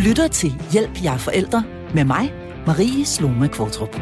lytter til Hjælp, jeg er forældre med mig, Marie Sloma Kvartrup.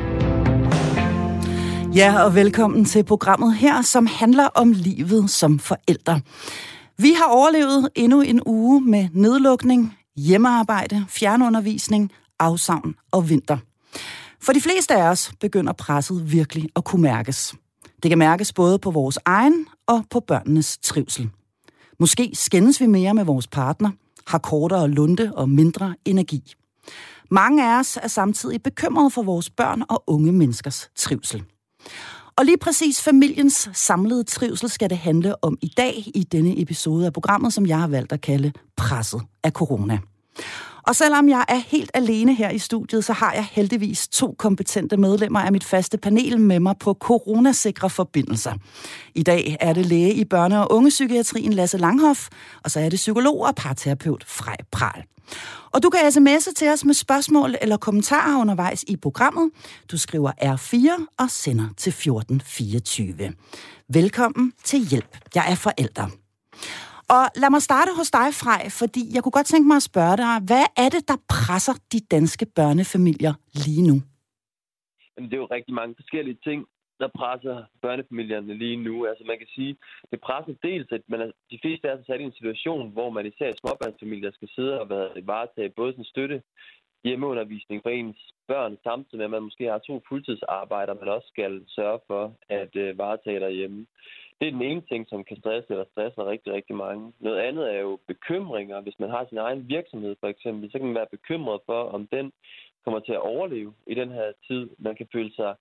Ja, og velkommen til programmet her, som handler om livet som forældre. Vi har overlevet endnu en uge med nedlukning, hjemmearbejde, fjernundervisning, afsavn og vinter. For de fleste af os begynder presset virkelig at kunne mærkes. Det kan mærkes både på vores egen og på børnenes trivsel. Måske skændes vi mere med vores partner, har kortere lunte og mindre energi. Mange af os er samtidig bekymrede for vores børn og unge menneskers trivsel. Og lige præcis familiens samlede trivsel skal det handle om i dag i denne episode af programmet, som jeg har valgt at kalde Presset af corona. Og selvom jeg er helt alene her i studiet, så har jeg heldigvis 2 kompetente medlemmer af mit faste panel med mig på coronasikre forbindelser. I dag er det læge i børne- og ungepsykiatrien Lasse Langhoff, og så er det psykolog og parterapeut Frej Pral. Og du kan sms'e til os med spørgsmål eller kommentarer undervejs i programmet. Du skriver R4 og sender til 1424. Velkommen til Hjælp, jeg er forælder. Og lad mig starte hos dig, Frej, fordi jeg kunne godt tænke mig at spørge dig, hvad er det, der presser de danske børnefamilier lige nu? Jamen, det er jo rigtig mange forskellige ting, der presser børnefamilierne lige nu. Altså man kan sige, det presser dels, at de fleste er sat i en situation, hvor man især i småbørnsfamilier skal sidde og varetage både sådan støtte, hjemmeundervisning for ens børn, samtidig med at man måske har 2 fuldtidsarbejder, man også skal sørge for at varetage derhjemme. Det er den ene ting, som kan stresse eller stresser rigtig, rigtig mange. Noget andet er jo bekymringer. Hvis man har sin egen virksomhed for eksempel, så kan man være bekymret for, om den kommer til at overleve i den her tid. Man kan føle sig...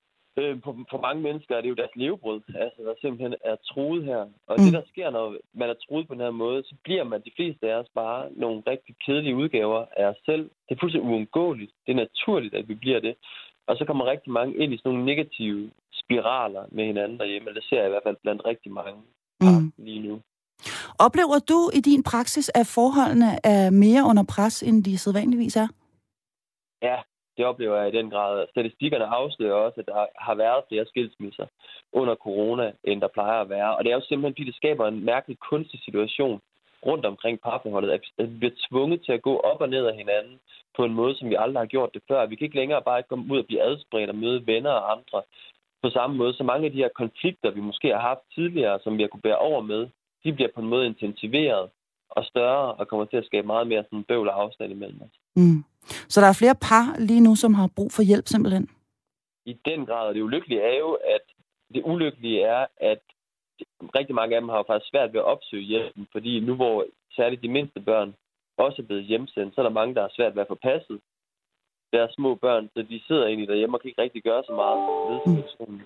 For mange mennesker er det jo deres levebrød, altså der simpelthen er truet her. Og det, der sker, når man er truet på den her måde, så bliver man de fleste af os bare nogle rigtig kedelige udgaver af os selv. Det er fuldstændig uundgåeligt. Det er naturligt, at vi bliver det. Og så kommer rigtig mange ind i sådan nogle negative spiraler med hinanden derhjemme. Det ser jeg i hvert fald blandt rigtig mange lige nu. Oplever du i din praksis, at forholdene er mere under pres, end de sædvanligvis er? Ja, det oplever jeg i den grad. Statistikkerne afslører også, at der har været flere skilsmisser under corona, end der plejer at være. Og det er jo simpelthen, fordi det skaber en mærkelig kunstig situation rundt omkring parforholdet, at vi bliver tvunget til at gå op og ned af hinanden på en måde, som vi aldrig har gjort det før. Vi kan ikke længere bare komme ud og blive adspredt og møde venner og andre på samme måde. Så mange af de her konflikter, vi måske har haft tidligere, som vi har kunne bære over med, de bliver på en måde intensiveret og større og kommer til at skabe meget mere sådan bøvl og afstand imellem os. Så der er flere par lige nu, som har brug for hjælp simpelthen? I den grad. Og det ulykkelige er jo, at det ulykkelige er, at rigtig mange af dem har jo faktisk svært ved at opsøge hjælpen, fordi nu hvor særligt de mindste børn også er blevet hjemsendt, så er der mange, der har svært ved at få passet deres små børn, så de sidder egentlig derhjemme og kan ikke rigtig gøre så meget ved situationen.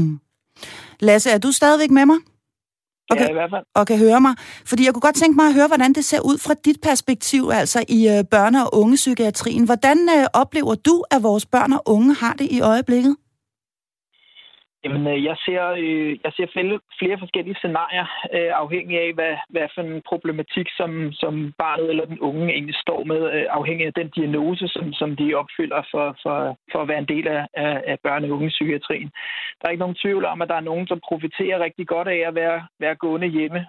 Lasse, er du stadigvæk med mig? Ja, i hvert fald. Og kan høre mig. Fordi jeg kunne godt tænke mig at høre, hvordan det ser ud fra dit perspektiv, altså i børne- og ungepsykiatrien. Hvordan oplever du, at vores børn og unge har det i øjeblikket? Jamen, jeg ser flere forskellige scenarier, afhængig af, hvad for en problematik, som barnet eller den unge egentlig står med, afhængig af den diagnose, som de opfylder for at være en del af børne- og ungepsykiatrien. Der er ikke nogen tvivl om, at der er nogen, som profiterer rigtig godt af at være gående hjemme,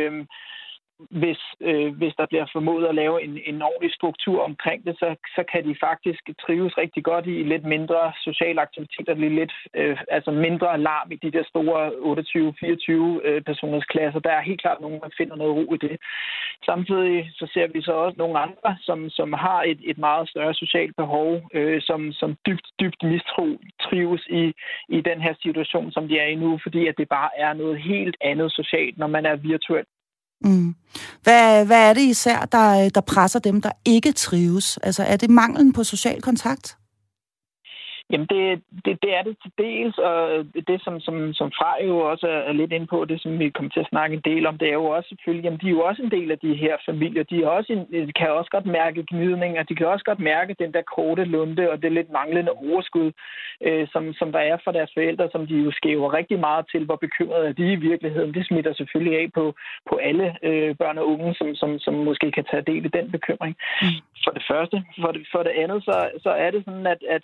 hvis der bliver formået at lave en ordentlig struktur omkring det, så kan de faktisk trives rigtig godt i lidt mindre sociale aktiviteter, lidt mindre alarm i de der store 28-24 personers klasser. Der er helt klart nogen, der finder noget ro i det. Samtidig så ser vi så også nogle andre, som har et meget større socialt behov, som dybt trives i den her situation, som de er i nu, fordi at det bare er noget helt andet socialt, når man er virtuelt. Hvad er det især, der presser dem, der ikke trives? Altså, er det manglen på social kontakt? Jamen, det er det til dels, og det, som Frej jo også er lidt inde på, det som vi kommer til at snakke en del om, det er jo også selvfølgelig, jamen, de er jo også en del af de her familier. De kan også godt mærke gnidning, og de kan også godt mærke den der korte lunte, og det lidt manglende overskud, som der er for deres forældre, som de jo skæver rigtig meget til, hvor bekymrede er de i virkeligheden. Det smitter selvfølgelig af på alle børn og unge, som måske kan tage del i den bekymring. For det første. For det andet, så er det sådan, at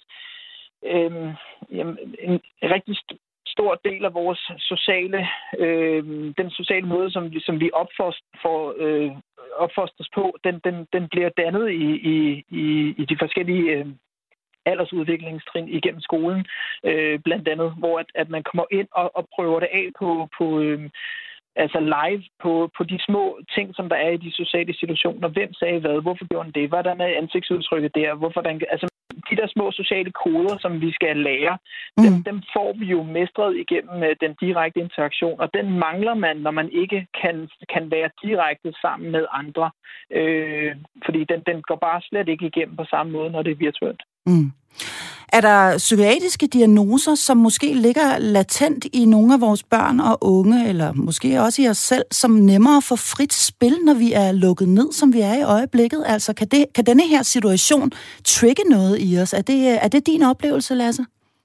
en rigtig stor del af vores sociale, den sociale måde, som vi opfostres på, den bliver dannet i de forskellige aldersudviklingstrin igennem skolen, blandt andet, hvor at man kommer ind og prøver det af på altså live på de små ting, som der er i de sociale situationer. Hvem sagde hvad? Hvorfor gjorde han det? Hvordan er ansigtsudtrykket der? Altså de der små sociale koder, som vi skal lære, dem får vi jo mestret igennem den direkte interaktion, og den mangler man, når man ikke kan være direkte sammen med andre. Fordi den går bare slet ikke igennem på samme måde, når det er virtuelt. Mm. Er der psykiatriske diagnoser, som måske ligger latent i nogle af vores børn og unge, eller måske også i os selv, som nemmere får frit spil, når vi er lukket ned, som vi er i øjeblikket? Altså, kan denne her situation trigge noget i os? Er det din oplevelse, Lasse?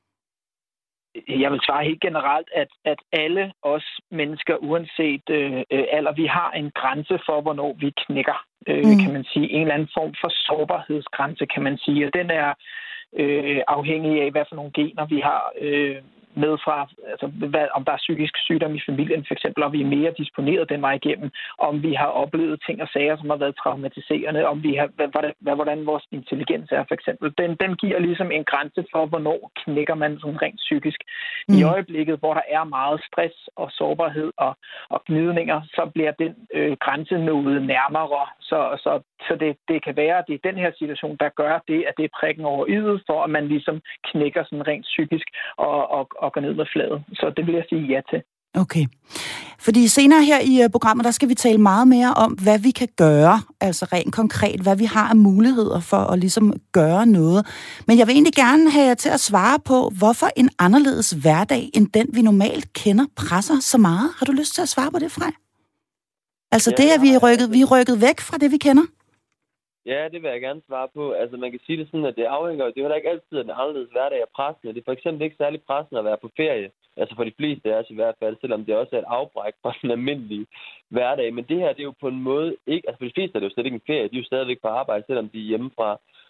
Jeg vil svare helt generelt, at alle os mennesker, uanset alder, vi har en grænse for, hvornår vi knækker, kan man sige. En eller anden form for sårbarhedsgrænse, kan man sige. Og den er afhængig af, hvad for nogle gener vi har med fra, altså om der er psykisk sygdom i familien for eksempel, og vi er mere disponeret den vej igennem, om vi har oplevet ting og sager, som har været traumatiserende, om vi har, hvordan vores intelligens er for eksempel. Den giver ligesom en grænse for, hvornår knækker man sådan rent psykisk. I øjeblikket, hvor der er meget stress og sårbarhed og gnidninger, så bliver den grænse noget nærmere. Så det kan være, at det er den her situation, der gør det, at det er prikken over i'et, for at man ligesom knækker sådan rent psykisk og går ned med fladet. Så det vil jeg sige ja til. Okay. Fordi senere her i programmet, der skal vi tale meget mere om, hvad vi kan gøre, altså rent konkret, hvad vi har af muligheder for at ligesom gøre noget. Men jeg vil egentlig gerne have jer til at svare på, hvorfor en anderledes hverdag, end den vi normalt kender, presser så meget. Har du lyst til at svare på det, Frej? Altså ja, det, at vi er rykket væk fra det, vi kender? Ja, det vil jeg gerne svare på. Altså, man kan sige det sådan, at det afhænger. Det er jo ikke altid, at den anderledes hverdag er pressende. Det er for eksempel ikke særlig pressende at være på ferie. Altså for de fleste af os i hvert fald, selvom det også er et afbræk fra den almindelige hverdag. Men det her, det er jo på en måde ikke... Altså for de fleste er det jo slet ikke en ferie. De er jo stadigvæk på arbejde, selvom de er hjemmefra.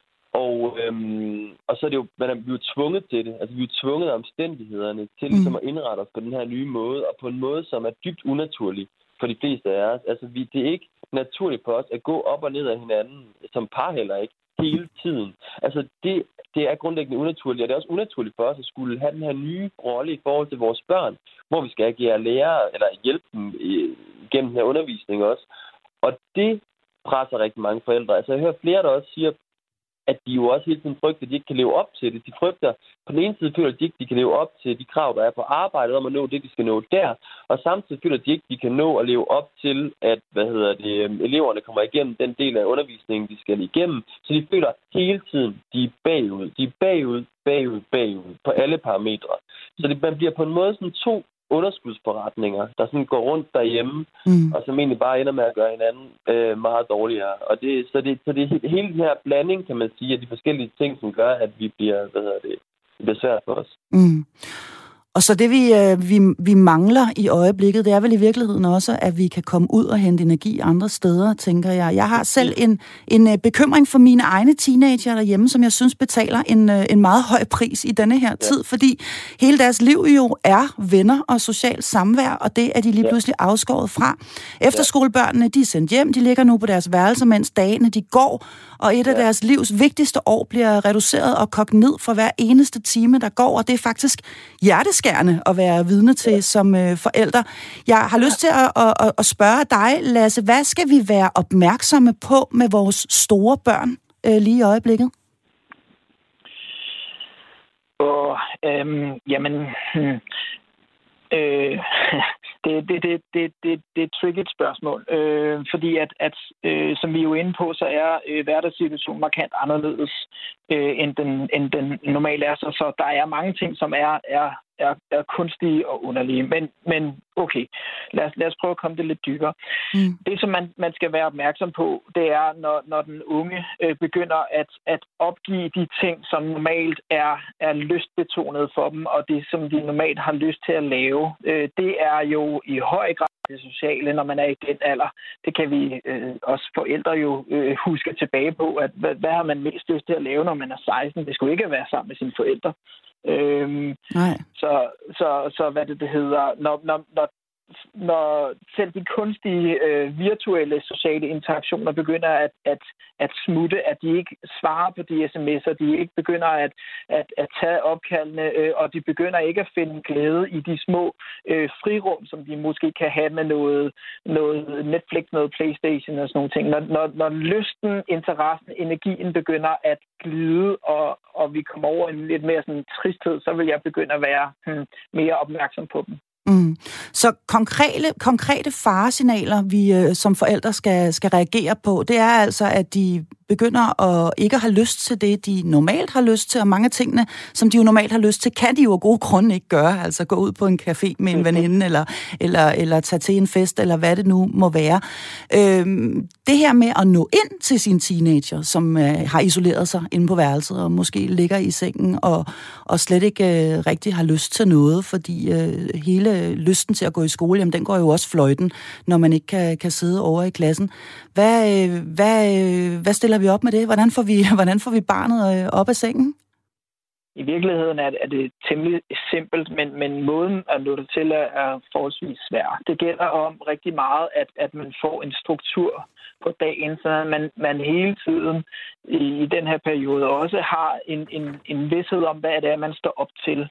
Og så er det jo... Vi er jo tvunget til det. Altså vi er jo tvunget af omstændighederne til ligesom at indrette os på den her nye måde. Og på en måde, som er dybt unaturlig for de fleste af os. Altså det er ikke naturligt for os at gå op og ned af hinanden, som par heller ikke, hele tiden. Altså det er grundlæggende unaturligt, og det er også unaturligt for os at skulle have den her nye rolle i forhold til vores børn, hvor vi skal agere lærer eller hjælpe dem gennem den her undervisning også. Og det presser rigtig mange forældre. Altså jeg hører flere, der også siger, at de jo også hele tiden frygter, at de ikke kan leve op til det. De frygter, på den ene side føler de ikke, de kan leve op til de krav, der er på arbejdet, om at nå det, de skal nå der. Og samtidig føler de ikke, de kan nå at leve op til, at eleverne kommer igennem den del af undervisningen, de skal igennem. Så de føler hele tiden, de er bagud. De er bagud på alle parametre. Så man bliver på en måde sådan to underskudsforretninger, der sådan går rundt derhjemme, og som egentlig bare ender med at gøre hinanden meget dårligere. Og så det er hele den her blanding, kan man sige, af de forskellige ting, som gør, at vi bliver, det bliver svært for os. Og så det, vi mangler i øjeblikket, det er vel i virkeligheden også, at vi kan komme ud og hente energi andre steder, tænker jeg. Jeg har selv en bekymring for mine egne teenager derhjemme, som jeg synes betaler en meget høj pris i denne her tid, fordi hele deres liv jo er venner og socialt samvær, og det er de lige pludselig afskåret fra. Efterskolebørnene, de er sendt hjem, de ligger nu på deres værelser, mens dagene de går, og et af deres livs vigtigste år bliver reduceret og kogt ned for hver eneste time, der går, og det er faktisk hjerteskærende at være vidne til som forældre. Jeg har lyst til at spørge dig, Lasse, hvad skal vi være opmærksomme på med vores store børn lige i øjeblikket? Det er et tricky spørgsmål, fordi at som vi er jo inde på, så er hverdagssituationen markant anderledes end den normale er. Så der er mange ting, som er kunstige og underlige. Men okay, lad os prøve at komme det lidt dybere. Det, som man skal være opmærksom på, det er, når den unge begynder at opgive de ting, som normalt er lystbetonet for dem, og det, som de normalt har lyst til at lave. Det er jo i høj grad det sociale, når man er i den alder. Det kan vi også forældre jo huske tilbage på, at hvad har man mest lyst til at lave, når man er 16? Det skulle ikke være sammen med sine forældre. Nej. Så hvad det hedder, når selv de kunstige virtuelle sociale interaktioner begynder at smutte, at de ikke svarer på de sms'er, de ikke begynder at tage opkaldene, og de begynder ikke at finde glæde i de små frirum, som de måske kan have med noget Netflix, noget PlayStation og sådan nogle ting. Når lysten, interessen, energien begynder at glide, og vi kommer over en lidt mere sådan tristhed, så vil jeg begynde at være mere opmærksom på dem. Mm. Så konkrete faresignaler, vi som forældre skal reagere på, det er altså, at de begynder at ikke have lyst til det, de normalt har lyst til, og mange af tingene, som de jo normalt har lyst til, kan de jo af gode grunde ikke gøre. Altså gå ud på en café med en veninde, eller tage til en fest, eller hvad det nu må være. Det her med at nå ind til sine teenager, som har isoleret sig inde på værelset, og måske ligger i sengen, og slet ikke rigtig har lyst til noget, fordi hele lysten til at gå i skole, jamen den går jo også fløjten, når man ikke kan sidde over i klassen. Hvad stiller vi op med det? Hvordan får vi barnet op af sengen? I virkeligheden er det temmelig simpelt, men måden at nå det til er forholdsvis svær. Det gælder om rigtig meget, at man får en struktur på dagen, så man hele tiden i den her periode også har en vidsthed om, hvad det er, man står op til.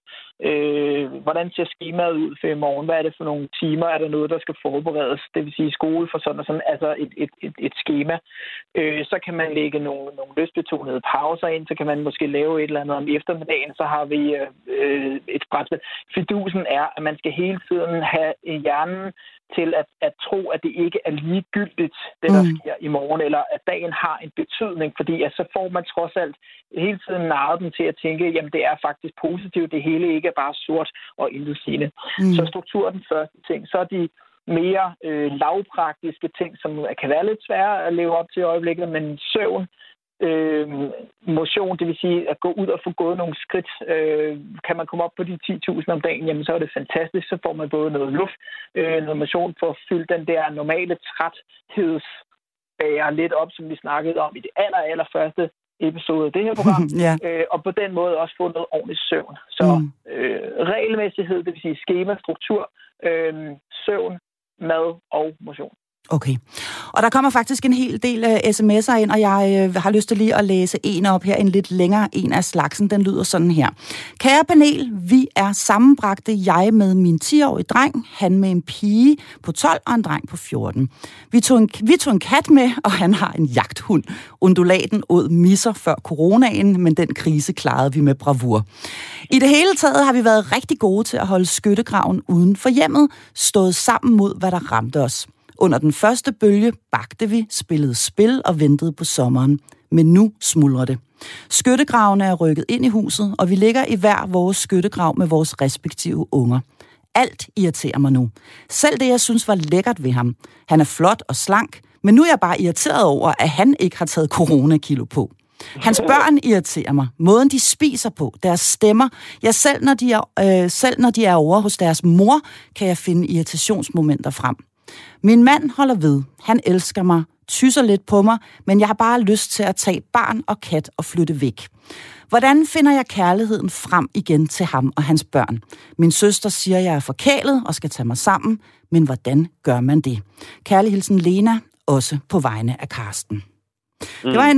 Hvordan ser skemaet ud for i morgen? Hvad er det for nogle timer? Er der noget, der skal forberedes? Det vil sige skole for sådan og sådan, altså et skema. Så kan man lægge nogle lystbetonede pauser ind, så kan man måske lave et eller andet om eftermiddagen, så har vi et brætspil. Fidusen er, at man skal hele tiden have hjernen til at tro, at det ikke er ligegyldigt, det der sker i morgen, eller at dagen har en betydning, fordi så får man trods alt hele tiden narret dem til at tænke, jamen det er faktisk positivt, det hele ikke er bare sort og intetsigende. Så struktur er den første ting. Så er de mere lavpraktiske ting, som kan være lidt svære at leve op til i øjeblikket, men søvn, motion, det vil sige at gå ud og få gået nogle skridt. Kan man komme op på de 10.000 om dagen, jamen så er det fantastisk. Så får man både noget luft, noget motion for at fylde den der normale træthedsbærer lidt op, som vi snakkede om i det allerførste episode af det her program. Og på den måde også få noget ordentligt søvn. Så regelmæssighed, det vil sige skema, struktur, søvn, mad og motion. Okay. Og der kommer faktisk en hel del sms'er ind, og jeg har lyst til lige at læse en op her, en lidt længere en af slagsen. Den lyder sådan her. Kære panel, vi er sammenbragte, jeg med min 10-årige dreng, han med en pige på 12 og en dreng på 14. Vi tog en kat med, og han har en jagthund. Undulaten åd misser før coronaen, men den krise klarede vi med bravur. I det hele taget har vi været rigtig gode til at holde skyttegraven uden for hjemmet, stået sammen mod, hvad der ramte os. Under den første bølge bagte vi, spillede spil og ventede på sommeren. Men nu smuldrer det. Skyttegravene er rykket ind i huset, og vi ligger i hver vores skyttegrav med vores respektive unger. Alt irriterer mig nu. Selv det, jeg synes var lækkert ved ham. Han er flot og slank, men nu er jeg bare irriteret over, at han ikke har taget coronakilo på. Hans børn irriterer mig. Måden, de spiser på, deres stemmer. Ja, selv når de er over hos deres mor, kan jeg finde irritationsmomenter frem. Min mand holder ved. Han elsker mig, tysser lidt på mig, men jeg har bare lyst til at tage barn og kat og flytte væk. Hvordan finder jeg kærligheden frem igen til ham og hans børn? Min søster siger, at jeg er forkælet og skal tage mig sammen, men hvordan gør man det? Kærlig hilsen Lena, også på vegne af Karsten. Det var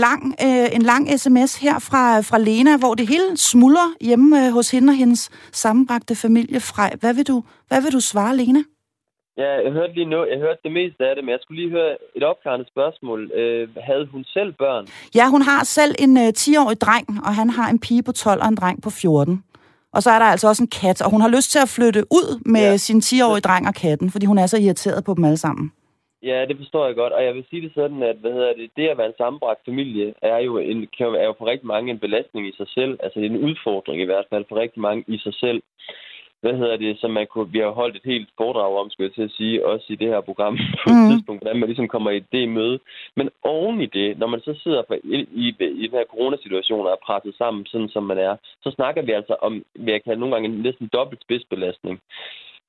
en lang sms her fra Lena, hvor det hele smuldrer hjemme hos hende og hendes sammenbragte familie. Hvad vil du svare, Lena? Ja, jeg hørte det meste af det, men jeg skulle lige høre et opklarende spørgsmål. Havde hun selv børn? Ja, hun har selv en 10-årig dreng, og han har en pige på 12 og en dreng på 14. Og så er der altså også en kat, og hun har lyst til at flytte ud med sin 10-årige dreng og katten, fordi hun er så irriteret på dem alle sammen. Ja, det forstår jeg godt, og jeg vil sige det sådan, at det at være en sammenbragt familie er jo for rigtig mange en belastning i sig selv. Altså det er en udfordring i hvert fald for rigtig mange i sig selv. Som vi har holdt et helt foredrag om, skulle jeg til at sige, også i det her program på et tidspunkt, hvordan man ligesom kommer i det møde. Men oven i det, når man så sidder i den her coronasituation og er presset sammen, sådan som man er, så snakker vi altså om, hvad jeg kalder nogle gange næsten dobbelt spidsbelastning.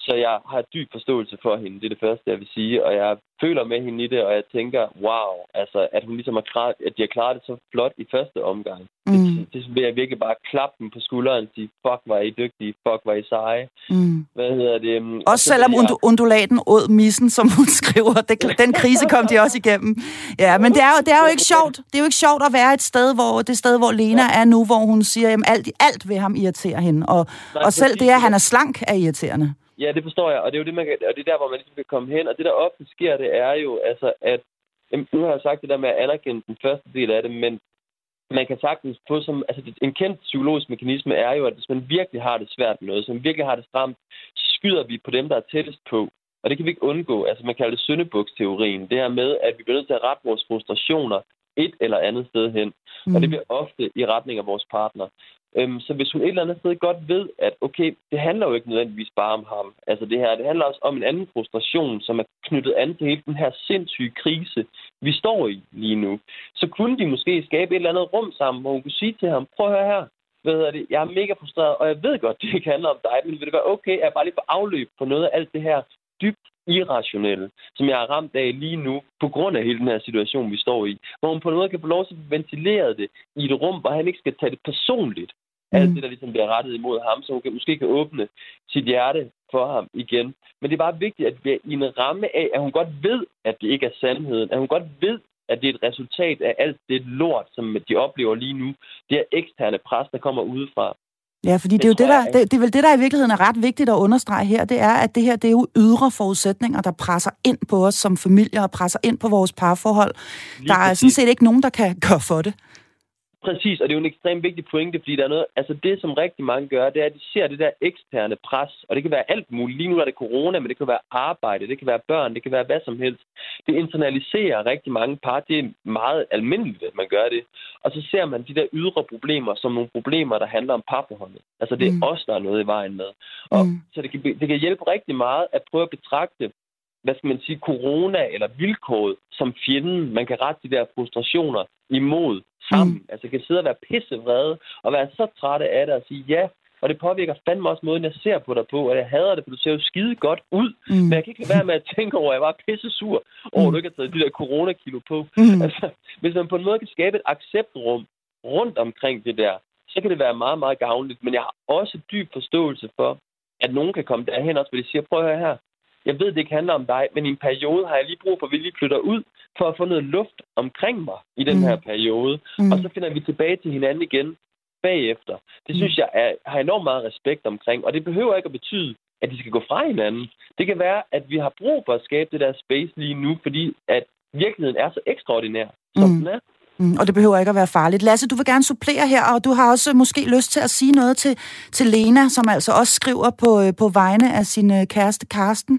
Så jeg har dyb forståelse for hende, det er det første, jeg vil sige. Og jeg føler med hende i det, og jeg tænker, wow, altså, at hun ligesom har klaret det så flot i første omgang. Det vil jeg virkelig bare klappe dem på skulderen og sige, fuck, var I dygtige, fuck, var I seje. Hvad hedder det? Også selvom undulaten åd missen, som hun skriver, den krise kom de også igennem. Ja, men det er jo ikke sjovt. Det er jo ikke sjovt at være det sted, hvor Lena er nu, hvor hun siger, at alt ved ham irriterer hende. Og selv det, at han er slank, er irriterende. Ja, det forstår jeg, og det er jo det, og det er der, hvor man ligesom kan komme hen. Og det, der ofte sker, det er jo, altså, at nu har jeg sagt det der med at anerkende den første del af det, men man kan sagtens få som, altså en kendt psykologisk mekanisme er jo, at hvis man virkelig har det svært med noget, som virkelig har det stramt, så skyder vi på dem, der er tættest på. Og det kan vi ikke undgå. Altså man kalder det syndebuksteorien. Det her med, at vi bliver nødt til at rette vores frustrationer et eller andet sted hen. Og det bliver ofte i retning af vores partner. Så hvis hun et eller andet sted godt ved, at okay, det handler jo ikke nødvendigvis bare om ham. Altså det handler også om en anden frustration, som er knyttet an til hele den her sindssyge krise, vi står i lige nu. Så kunne de måske skabe et eller andet rum sammen, hvor hun kunne sige til ham, prøv at høre her, jeg er mega frustreret, og jeg ved godt, det ikke handler om dig, men vil det være okay, at jeg bare lige får afløb på noget af alt det her dybt irrationelle, som jeg er ramt af lige nu, på grund af hele den her situation, vi står i. Hvor hun på noget kan få lov til at ventilere det i et rum, hvor han ikke skal tage det personligt. Alt det, der ligesom bliver rettet imod ham, så hun måske kan åbne sit hjerte for ham igen. Men det er bare vigtigt, at vi er i en ramme af, at hun godt ved, at det ikke er sandheden. At hun godt ved, at det er et resultat af alt det lort, som de oplever lige nu. Det er eksterne pres, der kommer udefra. Ja, fordi det er jo det er vel det, der i virkeligheden er ret vigtigt at understrege her, det er, at det her, det er jo ydre forudsætninger, der presser ind på os som familie og presser ind på vores parforhold. Der er sådan set ikke nogen, der kan gøre for det. Præcis, og det er jo en ekstremt vigtig pointe, fordi der er noget, altså det, som rigtig mange gør, det er, at de ser det der eksterne pres, og det kan være alt muligt. Lige nu er det corona, men det kan være arbejde, det kan være børn, det kan være hvad som helst. Det internaliserer rigtig mange par, det er meget almindeligt, at man gør det. Og så ser man de der ydre problemer som nogle problemer, der handler om parforholdet. Altså det er også der er noget i vejen med. Og så det kan hjælpe rigtig meget at prøve at betragte, hvad skal man sige, corona eller vilkåret som fjenden. Man kan rette de der frustrationer imod sammen. Altså kan sidde og være pissevrede og være så trætte af det og sige ja, og det påvirker fandme også måden, jeg ser på dig på, og jeg hader det, for du ser jo skide godt ud. Men jeg kan ikke lade være med at tænke over, at jeg var pissesur over, at du ikke har taget de der coronakilo på. Altså, hvis man på en måde kan skabe et acceptrum rundt omkring det der, så kan det være meget, meget gavnligt. Men jeg har også dyb forståelse for, at nogen kan komme derhen også, hvor de siger, prøv at høre her, jeg ved, det ikke handler om dig, men i en periode har jeg lige brug for, at vi lige flytter ud, for at få noget luft omkring mig i den her periode. Og så finder vi tilbage til hinanden igen bagefter. Det synes jeg har enormt meget respekt omkring, og det behøver ikke at betyde, at de skal gå fra hinanden. Det kan være, at vi har brug for at skabe det der space lige nu, fordi at virkeligheden er så ekstraordinær, som den er. Og det behøver ikke at være farligt. Lasse, du vil gerne supplere her, og du har også måske lyst til at sige noget til Lena, som altså også skriver på vegne af sin kæreste Karsten.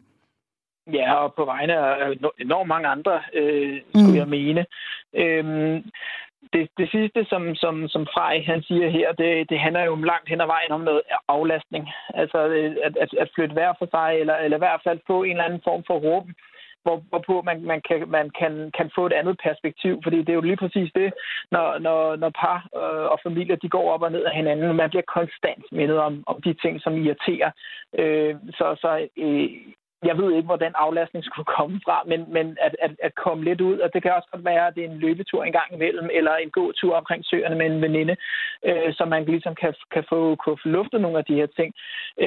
Ja, og på vegne af enormt mange andre, skulle jeg mene. Det sidste, som Frej han siger her, det handler jo langt hen ad vejen om noget aflastning. Altså at flytte hver for sig, eller i hvert fald få en eller anden form for rum, hvorpå man kan få et andet perspektiv, fordi det er jo lige præcis det, når par og familier, de går op og ned af hinanden, man bliver konstant mindet om de ting, som irriterer. Jeg ved ikke, hvor den aflastning skulle komme fra, men at komme lidt ud, og det kan også godt være, at det er en løbetur en gang imellem, eller en gåtur omkring søerne med en veninde, så man ligesom kan få luftet nogle af de her ting.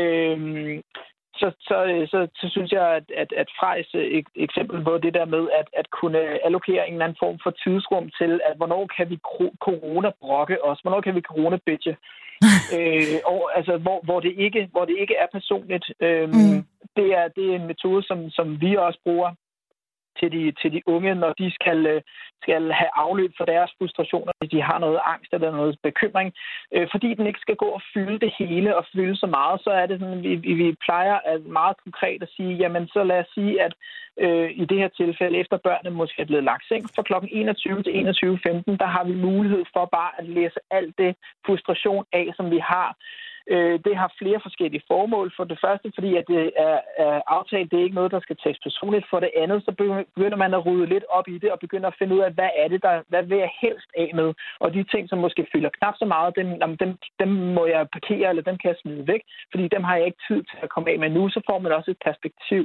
Så synes jeg, at Frejs eksempel på det der med at kunne allokere en eller anden form for tidsrum til, at hvornår kan vi corona-brokke os, hvornår kan vi corona-bitche, altså hvor det ikke er personligt. Det er en metode, som vi også bruger til de unge, når de skal have afløb for deres frustrationer, hvis de har noget angst eller noget bekymring. Fordi den ikke skal gå og fylde det hele og fylde så meget, så er det sådan, vi plejer at meget konkret at sige, jamen så lad os sige, at i det her tilfælde, efter børnene måske er blevet lagt seng fra kl. 21 til 21.15, der har vi mulighed for bare at læse alt det frustration af, som vi har Det har flere forskellige formål. For det første, fordi at det er aftalt, det er ikke noget, der skal tages personligt. For det andet, så begynder man at rydde lidt op i det, og begynder at finde ud af, hvad vil jeg helst af med? Og de ting, som måske fylder knap så meget, dem må jeg parkere, eller dem kan jeg smide væk, fordi dem har jeg ikke tid til at komme af med nu. Så får man også et perspektiv.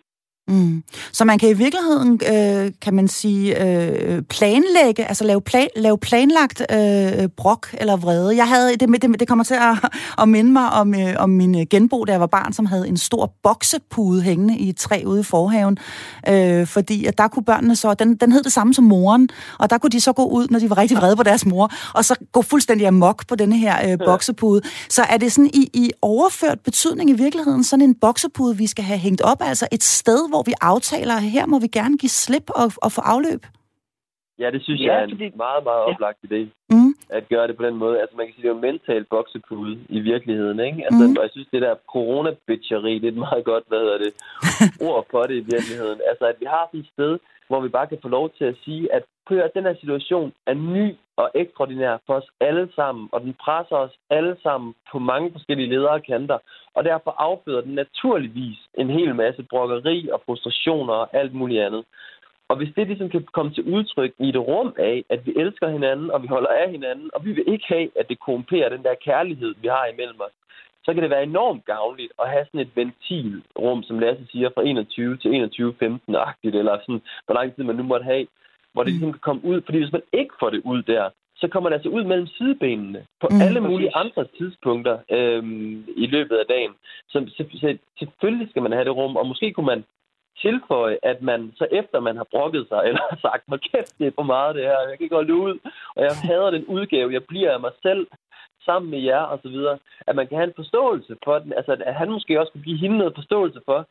Så man kan i virkeligheden, kan man sige, planlægge, altså lave planlagt brok eller vrede. Jeg havde det kommer til at minde mig om min genbo, da jeg var barn, som havde en stor boksepude hængende i et træ ude i forhaven, fordi at der kunne børnene så, den hed det samme som moren, og der kunne de så gå ud, når de var rigtig vrede på deres mor, og så gå fuldstændig amok på denne her boksepude. Så er det sådan i overført betydning i virkeligheden sådan en boksepude, vi skal have hængt op, altså et sted, hvor vi aftaler, her må vi gerne give slip og få afløb? Ja, det synes jeg er en meget, meget oplagt idé, at gøre det på den måde. Altså man kan sige, det er jo mentalt boksepude i virkeligheden, ikke? Altså, og jeg synes, det der corona-bitcheri, det er et meget godt, ord for det i virkeligheden. Altså, at vi har sådan et sted, hvor vi bare kan få lov til at sige, at den her situation er ny og ekstraordinær for os alle sammen, og den presser os alle sammen på mange forskellige ledere og kanter, og derfor afføder den naturligvis en hel masse brokkeri og frustrationer og alt muligt andet. Og hvis det ligesom kan komme til udtryk i et rum af, at vi elsker hinanden, og vi holder af hinanden, og vi vil ikke have, at det korrumperer den der kærlighed, vi har imellem os, så kan det være enormt gavnligt at have sådan et ventilrum, som Lasse siger, fra 21 til 21.15-agtigt, eller sådan, hvor lang tid man nu måtte have, hvor det ligesom kan komme ud. Fordi hvis man ikke får det ud der, så kommer det altså ud mellem sidebenene på alle mulige andre tidspunkter i løbet af dagen. Så selvfølgelig skal man have det rum, og måske kunne man tilføje, at man så efter man har brokket sig, eller har sagt, hvor kæft, det er for meget det her, jeg kan ikke holde ud, og jeg hader den udgave, jeg bliver af mig selv, sammen med jer, og så videre, at man kan have en forståelse for den, altså at han måske også kunne give hende noget forståelse for,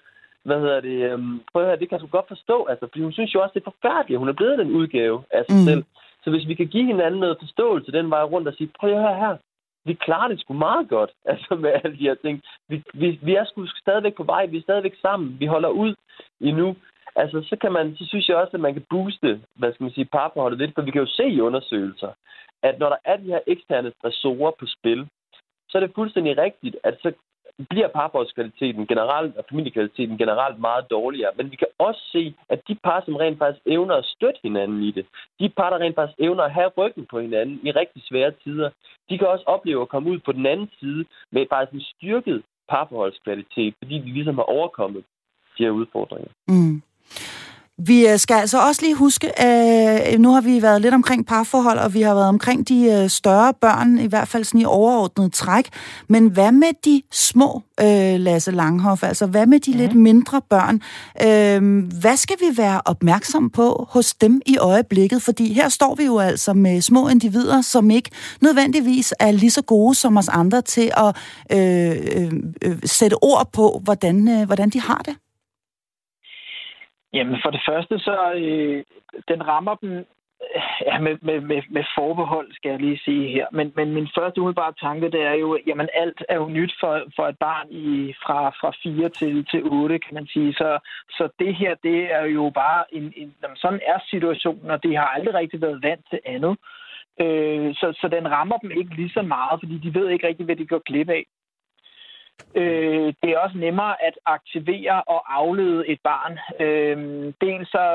prøv at høre, det kan du godt forstå, altså, fordi hun synes jo også, det er forfærdeligt, hun er blevet den udgave af sig selv. Så hvis vi kan give hinanden noget forståelse den vej rundt og sige, prøv at høre her, vi klarer det sgu meget godt, altså med alle de her ting. Vi er sgu stadigvæk på vej, vi er stadigvæk sammen, vi holder ud endnu. Altså, så synes jeg også, at man kan booste, parforholdet lidt, for vi kan jo se i undersøgelser, at når der er de her eksterne stressorer på spil, så er det fuldstændig rigtigt, at så bliver parforholdskvaliteten generelt og familiekvaliteten generelt meget dårligere. Men vi kan også se, at de par, som rent faktisk evner at støtte hinanden i det, de par, der rent faktisk evner at have ryggen på hinanden i rigtig svære tider, de kan også opleve at komme ud på den anden side med faktisk en styrket parforholdskvalitet, fordi de ligesom har overkommet de her udfordringer. Vi skal altså også lige huske, nu har vi været lidt omkring parforhold, og vi har været omkring de større børn, i hvert fald sådan i overordnet træk. Men hvad med de små, Lasse Langhoff? Altså, hvad med de lidt mindre børn? Hvad skal vi være opmærksom på hos dem i øjeblikket? Fordi her står vi jo altså med små individer, som ikke nødvendigvis er lige så gode som os andre til at sætte ord på, hvordan de har det. Jamen for det første, så den rammer dem med forbehold, skal jeg lige sige her. Men min første umiddelbare tanke, det er jo, jamen alt er jo nyt for et barn fra 4 til 8, kan man sige. Så det her, det er jo bare sådan er situationen, og de har aldrig rigtig været vant til andet. Så den rammer dem ikke lige så meget, fordi de ved ikke rigtig, hvad de går glip af. Det er også nemmere at aktivere og aflede et barn. Dels så,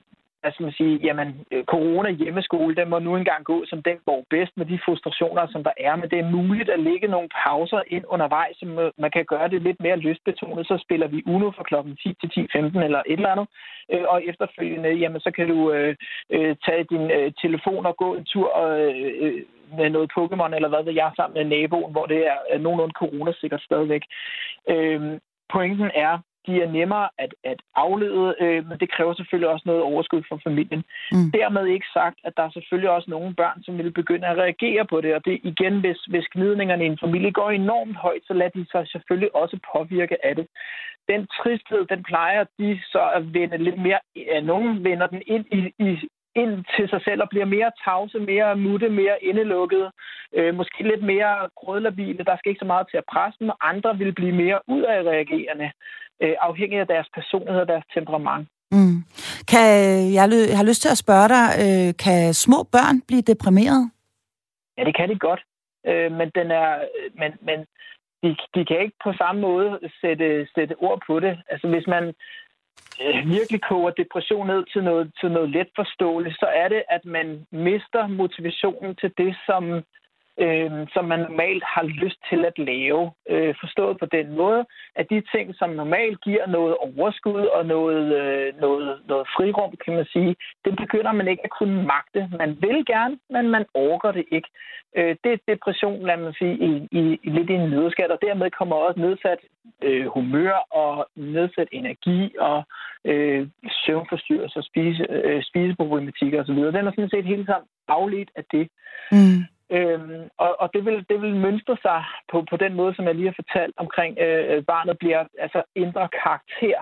corona hjemmeskole, den må nu engang gå, som den går bedst med de frustrationer, som der er. Men det er muligt at lægge nogle pauser ind undervejs, som man kan gøre det lidt mere lystbetonet. Så spiller vi Uno fra klokken 10 til 10:15 eller et eller andet. Og efterfølgende, jamen, så kan du tage din telefon og gå en tur med noget Pokémon, eller hvad ved jeg, sammen med naboen, hvor det er nogenlunde coronasikkert stadigvæk. Pointen er, de er nemmere at aflede, men det kræver selvfølgelig også noget overskud for familien. Dermed ikke sagt, at der er selvfølgelig også nogle børn, som vil begynde at reagere på det, og det igen, hvis gnidningerne i en familie går enormt højt, så lader de sig selvfølgelig også påvirke af det. Den tristhed, den plejer de så at vende lidt mere, nogen vender den ind til sig selv og bliver mere tavse, mere mutte, mere indelukkede, måske lidt mere grødlabile. Der skal ikke så meget til at presse dem, og andre vil blive mere udadreagerende, afhængig af deres personlighed og deres temperament. Jeg har lyst til at spørge dig, kan små børn blive deprimeret? Ja, det kan de godt, men de kan ikke på samme måde sætte ord på det. Altså hvis man virkelig koger depression ned til noget let forståeligt, så er det, at man mister motivationen til det, som man normalt har lyst til at lave. Forstået på den måde, at de ting, som normalt giver noget overskud og noget frirum, kan man sige, det begynder man ikke at kunne magte. Man vil gerne, men man orker det ikke. Det er depression, lad man sige, i lidt i en nødskal, og dermed kommer også nedsat humør og nedsat energi og søvnforstyrrelser, spiseproblematikker osv. Den er sådan set hele sammen afledt af det. Mm. Og det vil mønstre sig på den måde, som jeg lige har fortalt omkring, barnet bliver ændrer karakter,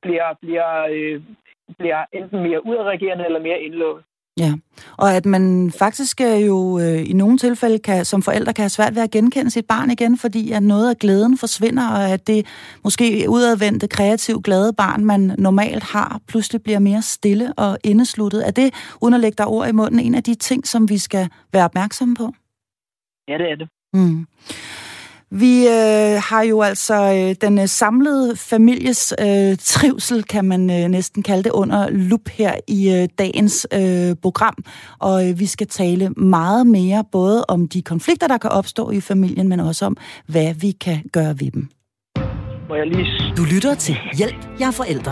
bliver enten mere udadreagerende eller mere indlukket. Ja, og at man faktisk jo i nogle tilfælde som forældre kan have svært ved at genkende sit barn igen, fordi at noget af glæden forsvinder, og at det måske udadvendte, kreativt, glade barn, man normalt har, pludselig bliver mere stille og indesluttet. Er det, uden at lægge dig ord i munden, en af de ting, som vi skal være opmærksomme på? Ja, det er det. Mm. Vi har jo altså den samlede families trivsel, kan man næsten kalde det, under lup her i dagens program. Og vi skal tale meget mere både om de konflikter, der kan opstå i familien, men også om, hvad vi kan gøre ved dem. Du lytter til Hjælp, jeg er forældre.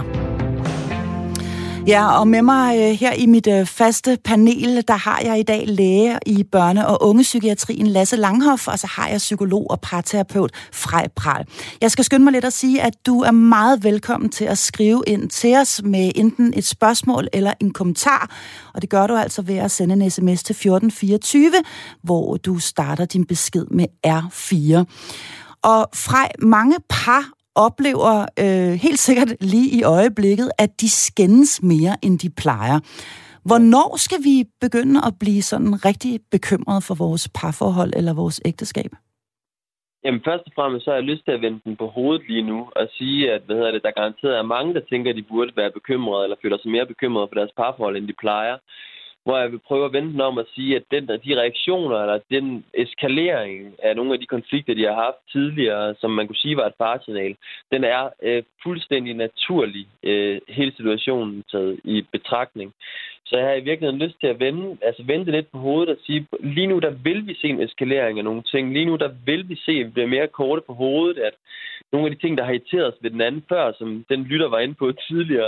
Ja, og med mig her i mit faste panel, der har jeg i dag læge i børne- og ungepsykiatrien Lasse Langhoff, og så har jeg psykolog og parterapeut Frej Prahl. Jeg skal skynde mig lidt at sige, at du er meget velkommen til at skrive ind til os med enten et spørgsmål eller en kommentar, og det gør du altså ved at sende en sms til 1424, hvor du starter din besked med R4. Og Frej, mange par oplever helt sikkert lige i øjeblikket, at de skændes mere, end de plejer. Hvornår skal vi begynde at blive sådan rigtig bekymrede for vores parforhold eller vores ægteskab? Jamen først og fremmest så har jeg lyst til at vende den på hovedet lige nu og sige, at der garanteret er mange, der tænker, at de burde være bekymrede eller føler sig mere bekymrede for deres parforhold, end de plejer. Hvor jeg vil prøve at vende den om at sige, at de reaktioner eller den eskalering af nogle af de konflikter, de har haft tidligere, som man kunne sige var et faresignal, den er fuldstændig naturlig, hele situationen taget i betragtning. Så jeg har i virkeligheden lyst til at vende det lidt på hovedet og sige, lige nu der vil vi se en eskalering af nogle ting. Lige nu der vil vi se, at vi bliver mere korte på hovedet, at nogle af de ting, der har irriteret os ved den anden før, som den lytter var inde på tidligere,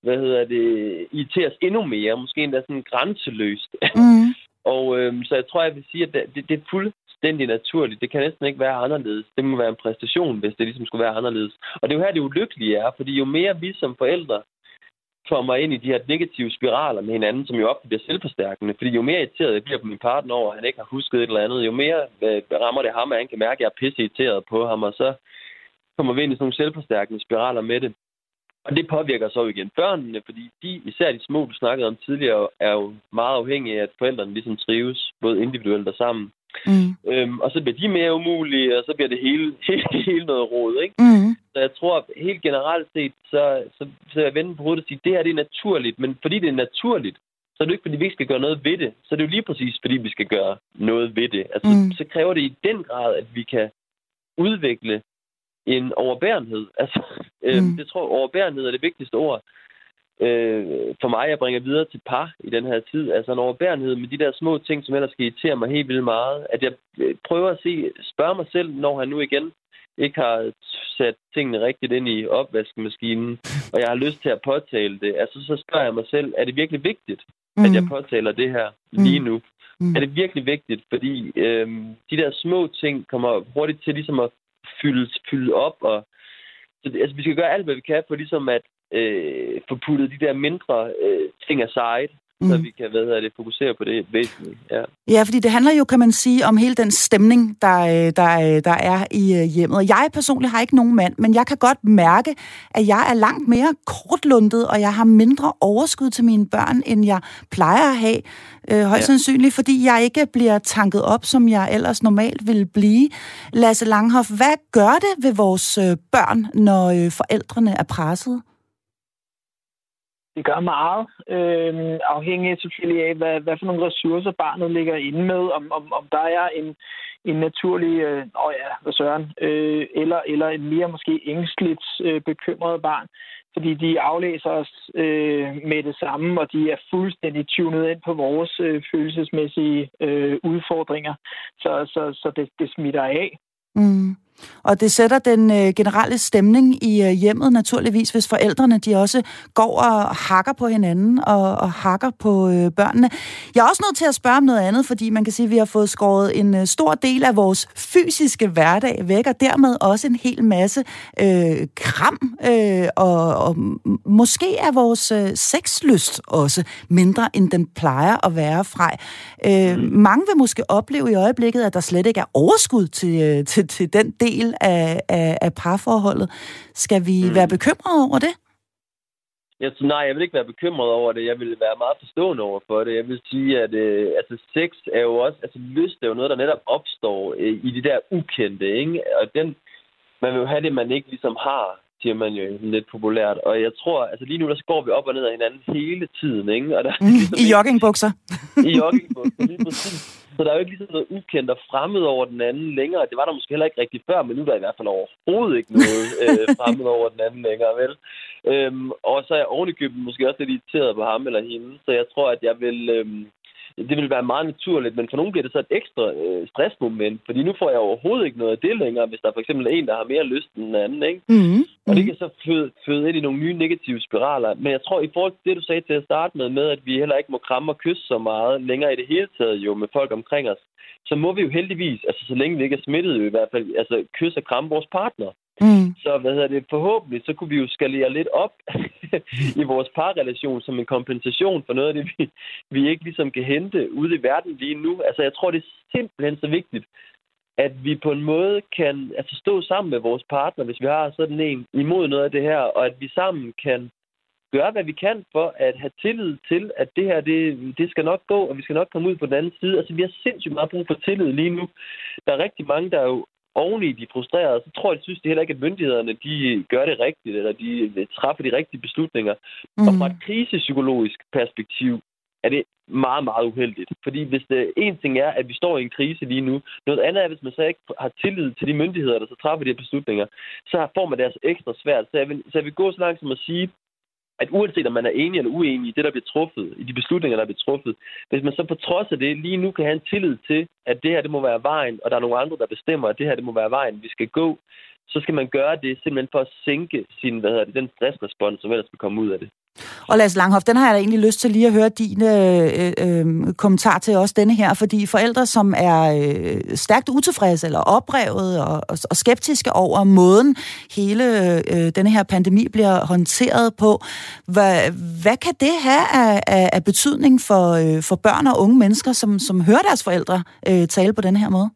irriteres endnu mere, måske endda sådan grænseløst. Mm. Og så jeg tror, jeg vil sige, at det er fuldstændig naturligt. Det kan næsten ikke være anderledes. Det må være en præstation, hvis det ligesom skulle være anderledes. Og det er jo her, det ulykkelige er, fordi jo mere vi som forældre kommer ind i de her negative spiraler med hinanden, som jo ofte bliver selvforstærkende, fordi jo mere irriteret jeg bliver på min partner over, at han ikke har husket et eller andet, jo mere rammer det ham, at han kan mærke, at jeg er pisse irriteret på ham, og så kommer vi ind i sådan nogle selvforstærkende spiraler med det. Og det påvirker så igen børnene, fordi især de små, du snakkede om tidligere, er jo meget afhængige af, at forældrene ligesom trives, både individuelt og sammen. Mm. Og så bliver de mere umulige, og så bliver det hele noget rod, ikke? Mm. Så jeg tror, helt generelt set, så jeg vender på hovedet og siger, det her det er naturligt, men fordi det er naturligt, så er det ikke, fordi vi ikke skal gøre noget ved det. Så er det jo lige præcis, fordi vi skal gøre noget ved det. Altså, så kræver det i den grad, at vi kan udvikle en overbærenhed. Altså, det tror jeg, overbærenhed er det vigtigste ord for mig, jeg bringer videre til par i den her tid. Altså en overbærenhed med de der små ting, som ellers skal irritere mig helt vildt meget. At jeg prøver at spørge mig selv, når han nu igen ikke har sat tingene rigtigt ind i opvaskemaskinen, og jeg har lyst til at påtale det. Altså så spørger jeg mig selv, er det virkelig vigtigt, at jeg påtaler det her lige nu? Er det virkelig vigtigt? Fordi de der små ting kommer hurtigt til ligesom at fylde op, og så, altså, vi skal gøre alt, hvad vi kan for ligesom at få puttet de der mindre ting aside, så vi kan fokusere på det væsentligt. Ja, fordi det handler jo, kan man sige, om hele den stemning, der er i hjemmet. Og jeg personligt har ikke nogen mand, men jeg kan godt mærke, at jeg er langt mere kortlundet, og jeg har mindre overskud til mine børn, end jeg plejer at have. Højst sandsynligt, fordi jeg ikke bliver tanket op, som jeg ellers normalt ville blive. Lasse Langhoff, hvad gør det ved vores børn, når forældrene er pressede? Det gør meget, afhængigt selvfølgelig af, hvad for nogle ressourcer barnet ligger inde med, om der er en naturlig, eller en mere måske ængstligt bekymret barn. Fordi de aflæser os med det samme, og de er fuldstændig tunet ind på vores følelsesmæssige udfordringer. Så det smitter af. Mm. Og det sætter den generelle stemning i hjemmet naturligvis, hvis forældrene de også går og hakker på hinanden og hakker på børnene. Jeg er også nødt til at spørge om noget andet, fordi man kan sige, at vi har fået skåret en stor del af vores fysiske hverdag væk, og dermed også en hel masse kram, og måske er vores sexlyst også mindre, end den plejer at være fra. Mange vil måske opleve i øjeblikket, at der slet ikke er overskud til den del af parforholdet. Skal vi være bekymrede over det? Nej, jeg vil ikke være bekymret over det. Jeg vil være meget forstående over for det. Jeg vil sige, at sex er jo også... lyst er jo noget, der netop opstår i de der ukendte, ikke? Og man vil jo have det, man ikke ligesom har, siger man jo lidt populært. Og jeg tror, lige nu, der går vi op og ned af hinanden hele tiden, ikke? Og der, ligesom I joggingbukser. I joggingbukser, lige præcis. Så der er jo ikke ligesom noget ukendt og fremmed over den anden længere. Det var der måske heller ikke rigtig før, men nu er der i hvert fald overhovedet ikke noget fremmed over den anden længere, vel? Og så er jeg ovenikøbet måske også lidt irriteret på ham eller hende, så jeg tror, at jeg vil... det vil være meget naturligt, men for nogen bliver det så et ekstra stressmoment, fordi nu får jeg overhovedet ikke noget af det længere, hvis der for eksempel er en, der har mere lyst end den anden, ikke? Mm-hmm. Og det kan så føde ind i nogle nye negative spiraler. Men jeg tror, i forhold til det, du sagde til at starte med, at vi heller ikke må kramme og kysse så meget længere i det hele taget jo med folk omkring os, så må vi jo heldigvis, så længe vi ikke er smittet jo i hvert fald, kysse og kramme vores partner. Mm. Så forhåbentlig, så kunne vi jo skalere lidt op i vores parrelation som en kompensation for noget af det, vi ikke ligesom kan hente ude i verden lige nu. Jeg tror, det er simpelthen så vigtigt, at vi på en måde kan stå sammen med vores partner, hvis vi har sådan en imod noget af det her, og at vi sammen kan gøre, hvad vi kan for at have tillid til, at det her, det skal nok gå, og vi skal nok komme ud på den anden side. Vi har sindssygt meget brug for tillid lige nu. Der er rigtig mange, der er jo oveni de frustrerede, så tror jeg, de synes det heller ikke, at myndighederne de gør det rigtigt, eller de træffer de rigtige beslutninger. Mm. Og fra et krisepsykologisk perspektiv er det meget, meget uheldigt. Fordi hvis det en ting er, at vi står i en krise lige nu, noget andet er, hvis man så ikke har tillid til de myndigheder, der så træffer de her beslutninger, så får man det altså ekstra svært. Så jeg vil gå så langt som at sige, at uanset om man er enig eller uenig i det, der bliver truffet, i de beslutninger, der bliver truffet, hvis man så på trods af det lige nu kan have en tillid til, at det her, det må være vejen, og der er nogle andre, der bestemmer, at det her, det må være vejen, vi skal gå, så skal man gøre det simpelthen for at sænke sin, den stressrespons, som ellers vil komme ud af det. Og Lasse Langhoff, den har jeg da egentlig lyst til lige at høre din kommentar til også denne her, fordi forældre, som er stærkt utilfredse eller oprevet og skeptiske over måden hele denne her pandemi bliver håndteret på, hvad kan det have af betydning for børn og unge mennesker, som hører deres forældre tale på denne her måde?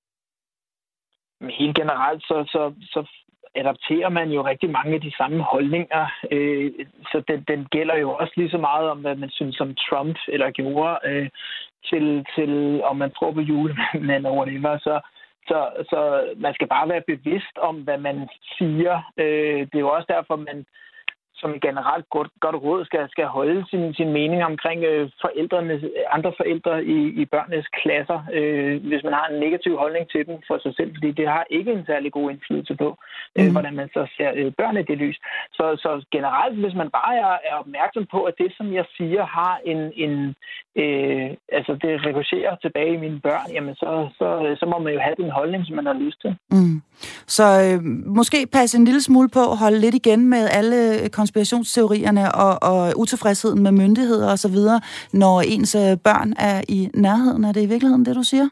Helt generelt, så adapterer man jo rigtig mange af de samme holdninger. Så den gælder jo også lige så meget om, hvad man synes om Trump eller gjorde, til om man tror på julemanden eller whatever. Så man skal bare være bevidst om, hvad man siger. Det er jo også derfor, man som generelt godt råd skal holde sin mening omkring andre forældre i børnenes klasser, hvis man har en negativ holdning til dem for sig selv, fordi det har ikke en særlig god indflydelse på, hvordan man så ser børn i det lys. Så generelt, hvis man bare er opmærksom på, at det, som jeg siger, har det rekurserer tilbage i mine børn, jamen så må man jo have den holdning, som man har lyst til. Mm. Så måske passe en lille smule på, holde lidt igen med alle konspirationsteorierne og utilfredsheden med myndigheder og så videre, når ens børn er i nærheden. Er det i virkeligheden det, du siger?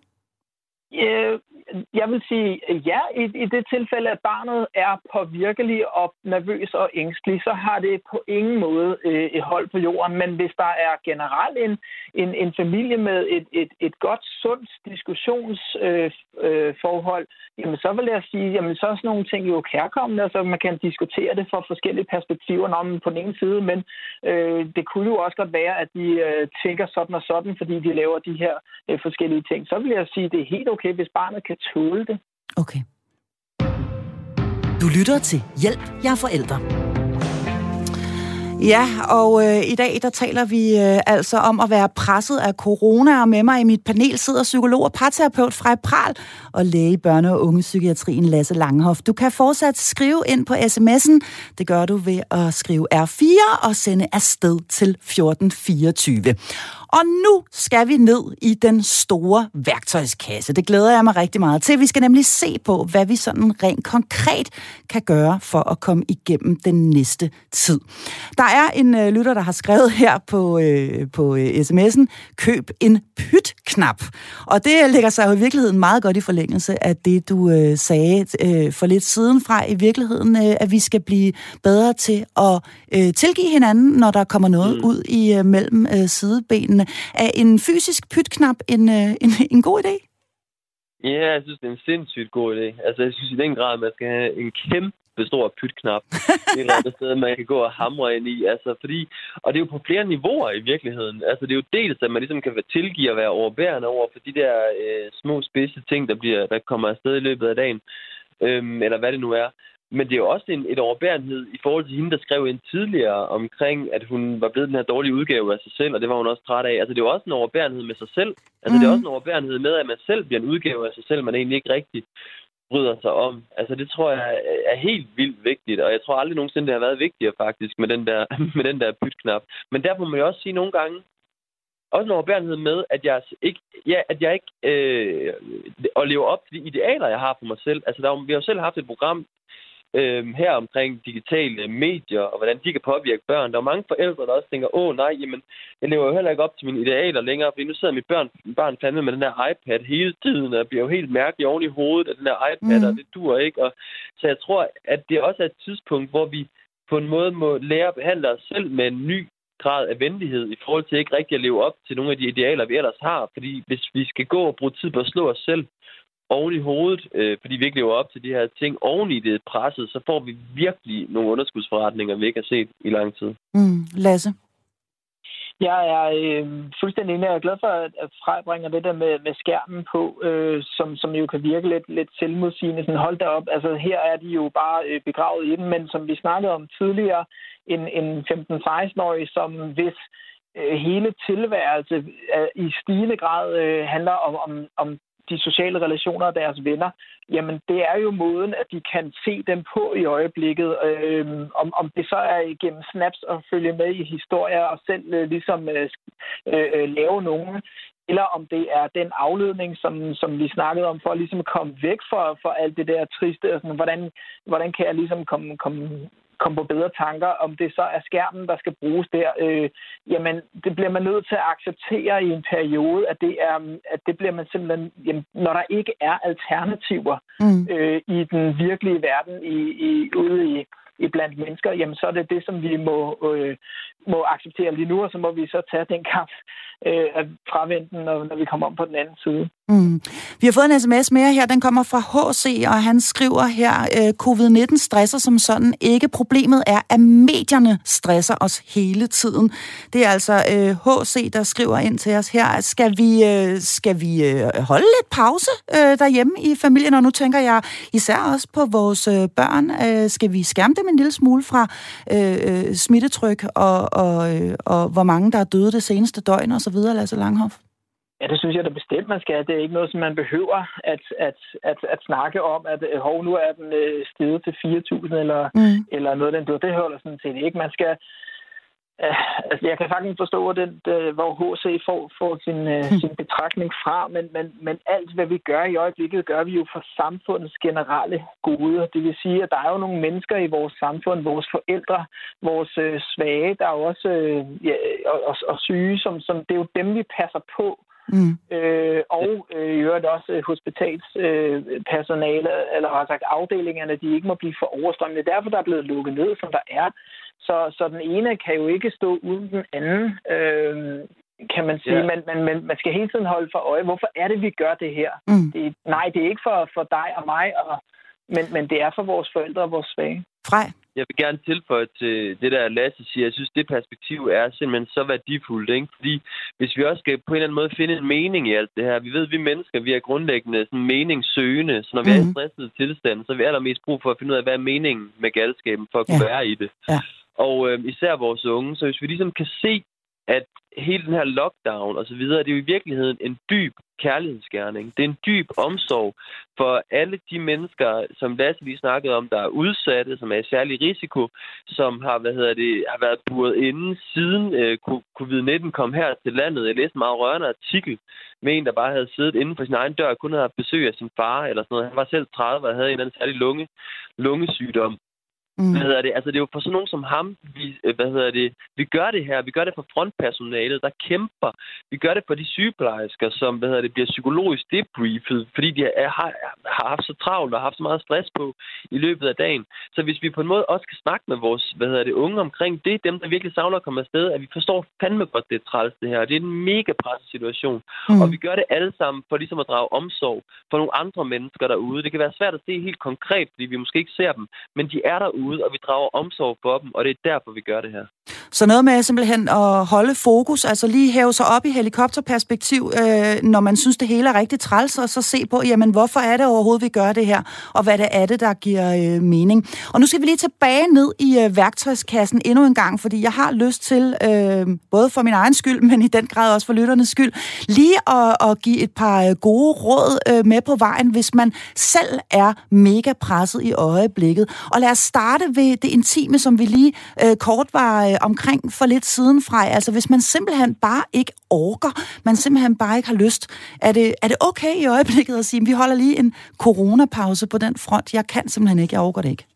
Jeg vil sige, ja, i det tilfælde, at barnet er påvirkelig og nervøs og ængstelig, så har det på ingen måde et hold på jorden. Men hvis der er generelt en familie med et godt, sundt diskussionsforhold, jamen så vil jeg sige, jamen så er sådan nogle ting jo kærkommende, så man kan diskutere det fra forskellige perspektiver om på den ene side, men det kunne jo også godt være, at de tænker sådan og sådan, fordi de laver de her forskellige ting. Så vil jeg sige, at det er helt okay, hvis barnet kan tåle det. Okay. Du lytter til Hjælp, jeg er forælder. Ja, og i dag der taler vi altså om at være presset af corona, og med mig i mit panel sidder psykolog og parterapeut Frej Pral og læge i børne- og ungepsykiatrien Lasse Langhoff. Du kan fortsat skrive ind på sms'en. Det gør du ved at skrive R4 og sende afsted til 1424. Og nu skal vi ned i den store værktøjskasse. Det glæder jeg mig rigtig meget til. Vi skal nemlig se på, hvad vi sådan rent konkret kan gøre for at komme igennem den næste tid. Der er en lytter, der har skrevet her på sms'en, køb en pytknap. Og det lægger sig jo i virkeligheden meget godt i forlængelse af det, du sagde for lidt siden fra. I virkeligheden, at vi skal blive bedre til at tilgive hinanden, når der kommer noget ud mellem sidebenene. Er en fysisk pytknap en god idé? Ja, jeg synes, det er en sindssygt god idé. Altså, jeg synes i den grad, at man skal have en kæmpe stor pytknap. Det er et eller andet sted, man kan gå og hamre ind i. Altså, og det er jo på flere niveauer i virkeligheden. Altså, det er jo dels, at man ligesom kan tilgive og være overbærende over for de der små spidse ting, der kommer afsted i løbet af dagen. Eller hvad det nu er. Men det er jo også et overbærenhed i forhold til hende, der skrev ind tidligere omkring, at hun var blevet den her dårlige udgave af sig selv, og det var hun også træt af. Altså, det er jo også en overbærenhed med sig selv. Altså, det er også en overbærenhed med, at man selv bliver en udgave af sig selv, man egentlig ikke rigtig bryder sig om. Altså, det tror jeg er helt vildt vigtigt, og jeg tror aldrig nogensinde, det har været vigtigere faktisk med den der pytknap. Men derfor må jeg også sige nogle gange, også en overbærenhed med, at jeg ikke og lever op til de idealer, jeg har for mig selv. Altså, vi har jo selv haft et program her omkring digitale medier, og hvordan de kan påvirke børn. Der er mange forældre, der også tænker, nej, jamen, jeg lever jo heller ikke op til mine idealer længere, fordi nu sidder mit barn fandme med den der iPad hele tiden, og bliver jo helt mærkelig oven i hovedet af den der iPad, og det dur ikke. Og så jeg tror, at det også er et tidspunkt, hvor vi på en måde må lære at behandle os selv med en ny grad af venlighed i forhold til ikke rigtig at leve op til nogle af de idealer, vi ellers har. Fordi hvis vi skal gå og bruge tid på at slå os selv oven i hovedet, fordi vi ikke lever op til de her ting oven i det presset, så får vi virkelig nogle underskudsforretninger, vi ikke har set i lang tid. Lasse? Jeg er fuldstændig enig. Jeg er glad for, at Frej bringer det der med skærmen på, som jo kan virke lidt selvmodsigende. Sådan, hold da op. Altså, her er de jo bare begravet i den, men som vi snakkede om tidligere, en 15-16-årig, som hvis hele tilværelse i stigende grad handler om de sociale relationer af deres venner, jamen det er jo måden, at de kan se dem på i øjeblikket. Om det så er igennem snaps og følge med i historier og selv ligesom lave nogen, eller om det er den afledning, som vi snakkede om, for ligesom at komme væk for alt det der triste. Og sådan, hvordan kan jeg ligesom komme på bedre tanker, om det så er skærmen, der skal bruges der. Jamen, det bliver man nødt til at acceptere i en periode, at det bliver man simpelthen, jamen, når der ikke er alternativer i den virkelige verden, ude i blandt mennesker, jamen så er det det, som vi må acceptere lige nu, og så må vi så tage den kamp fraventen, når vi kommer om på den anden side. Vi har fået en sms mere her, den kommer fra HC, og han skriver her, covid-19 stresser som sådan ikke. Problemet er, at medierne stresser os hele tiden. Det er altså HC, der skriver ind til os her, skal vi holde lidt pause derhjemme i familien, og nu tænker jeg især også på vores børn. Skal vi skærme dem en lille smule fra smittetryk og hvor mange der er døde det seneste døgn og så videre, Lasse Langhoff? Ja, det synes jeg da bestemt, man skal. Det er ikke noget, som man behøver at snakke om, at nu er den steget til 4.000 eller noget af den. Det holder sådan set ikke. Man skal... Altså, jeg kan faktisk forstå, hvor HC får sin betragtning fra, men alt, hvad vi gør i øjeblikket, gør vi jo for samfundets generelle gode. Det vil sige, at der er jo nogle mennesker i vores samfund, vores forældre, vores svage, der er jo også og syge, som det er jo dem, vi passer på. Og i øvrigt også hospitalspersonale, eller har sagt afdelingerne, de ikke må blive for overstrømmende. Det er derfor, der er blevet lukket ned, som der er. Så den ene kan jo ikke stå uden den anden, kan man sige. Yeah. Man skal hele tiden holde for øje, hvorfor er det, vi gør det her? Det er ikke for dig og mig, men det er for vores forældre og vores svage. Frej? Jeg vil gerne tilføje til det, der Lasse siger. Jeg synes, det perspektiv er simpelthen så værdifuldt, ikke? Fordi hvis vi også skal på en eller anden måde finde en mening i alt det her. Vi ved, vi mennesker, vi er grundlæggende sådan meningssøgende. Så når vi er i stressede tilstand, så er vi allermest brug for at finde ud af, hvad er meningen med galskaben for at kunne være i det. Ja. og især vores unge. Så hvis vi ligesom kan se, at hele den her lockdown og så videre, det er jo i virkeligheden en dyb kærlighedsgerning. Det er en dyb omsorg for alle de mennesker, som Lasse lige snakkede om, der er udsatte, som er i særlig risiko, som har, har været buret inde siden covid-19 kom her til landet. Jeg læste en meget rørende artikel med en, der bare havde siddet inden for sin egen dør og kun havde haft besøg af sin far eller sådan noget. Han var selv 30 og havde en eller anden særlig lungesygdom. Altså, det er jo for sådan nogen som ham, vi gør det her. Vi gør det for frontpersonalet, der kæmper. Vi gør det for de sygeplejersker, som bliver psykologisk debriefet, fordi de har haft så travlt og haft så meget stress på i løbet af dagen. Så hvis vi på en måde også kan snakke med vores unge omkring det, dem der virkelig savner at komme afsted, at vi forstår fandme godt, det er træls det her. Det er en mega presset situation. Og vi gør det alle sammen for ligesom at drage omsorg for nogle andre mennesker derude. Det kan være svært at se helt konkret, fordi vi måske ikke ser dem, men de er derude, og vi drager omsorg for dem, og det er derfor, vi gør det her. Så noget med simpelthen at holde fokus, altså lige hæve sig op i helikopterperspektiv, når man synes, det hele er rigtig træls, og så se på, jamen, hvorfor er det overhovedet, vi gør det her, og hvad det er det, der giver mening. Og nu skal vi lige tilbage ned i værktøjskassen endnu en gang, fordi jeg har lyst til, både for min egen skyld, men i den grad også for lytternes skyld, lige at give et par gode råd med på vejen, hvis man selv er mega presset i øjeblikket. Og lad os starte ved det intime, som vi lige kort var omkring for lidt siden fra. Altså hvis man simpelthen bare ikke orker, man simpelthen bare ikke har lyst, er det okay i øjeblikket at sige, vi holder lige en coronapause på den front? Jeg kan simpelthen ikke, jeg orker det ikke.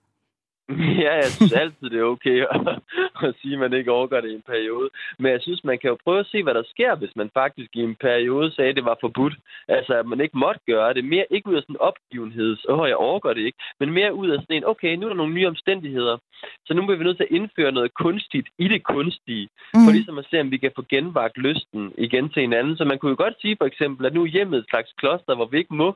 Ja, jeg synes altid, det er okay at sige, at man ikke overgår det i en periode. Men jeg synes, man kan jo prøve at se, hvad der sker, hvis man faktisk i en periode sagde, at det var forbudt. Altså, at man ikke måtte gøre det. Mere ikke ud af sådan en opgivenheds, jeg overgår det ikke. Men mere ud af sådan en, okay, nu er der nogle nye omstændigheder. Så nu bliver vi nødt til at indføre noget kunstigt i det kunstige. For ligesom at se, om vi kan få genvagt lysten igen til hinanden. Så man kunne jo godt sige for eksempel, at nu er hjemmet et slags kloster, hvor vi ikke må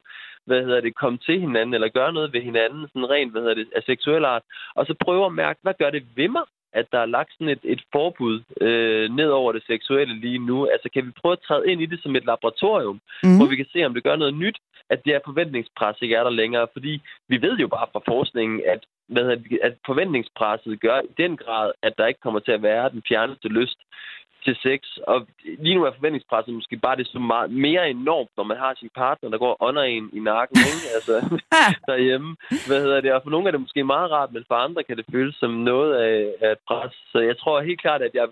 komme til hinanden, eller gøre noget ved hinanden, sådan rent, af seksuel art, og så prøve at mærke, hvad gør det ved mig, at der er lagt sådan et forbud ned over det seksuelle lige nu. Altså, kan vi prøve at træde ind i det som et laboratorium, hvor vi kan se, om det gør noget nyt, at det her forventningspres ikke er der længere, fordi vi ved jo bare fra forskningen, at forventningspresset gør i den grad, at der ikke kommer til at være den fjerneste lyst til sex. Og lige nu er forventningspresset måske bare det så meget mere enormt, når man har sin partner, der går under en i nakken, ikke? Altså, derhjemme. Og for nogle er det måske meget rart, men for andre kan det føles som noget af et pres. Så jeg tror helt klart, at jeg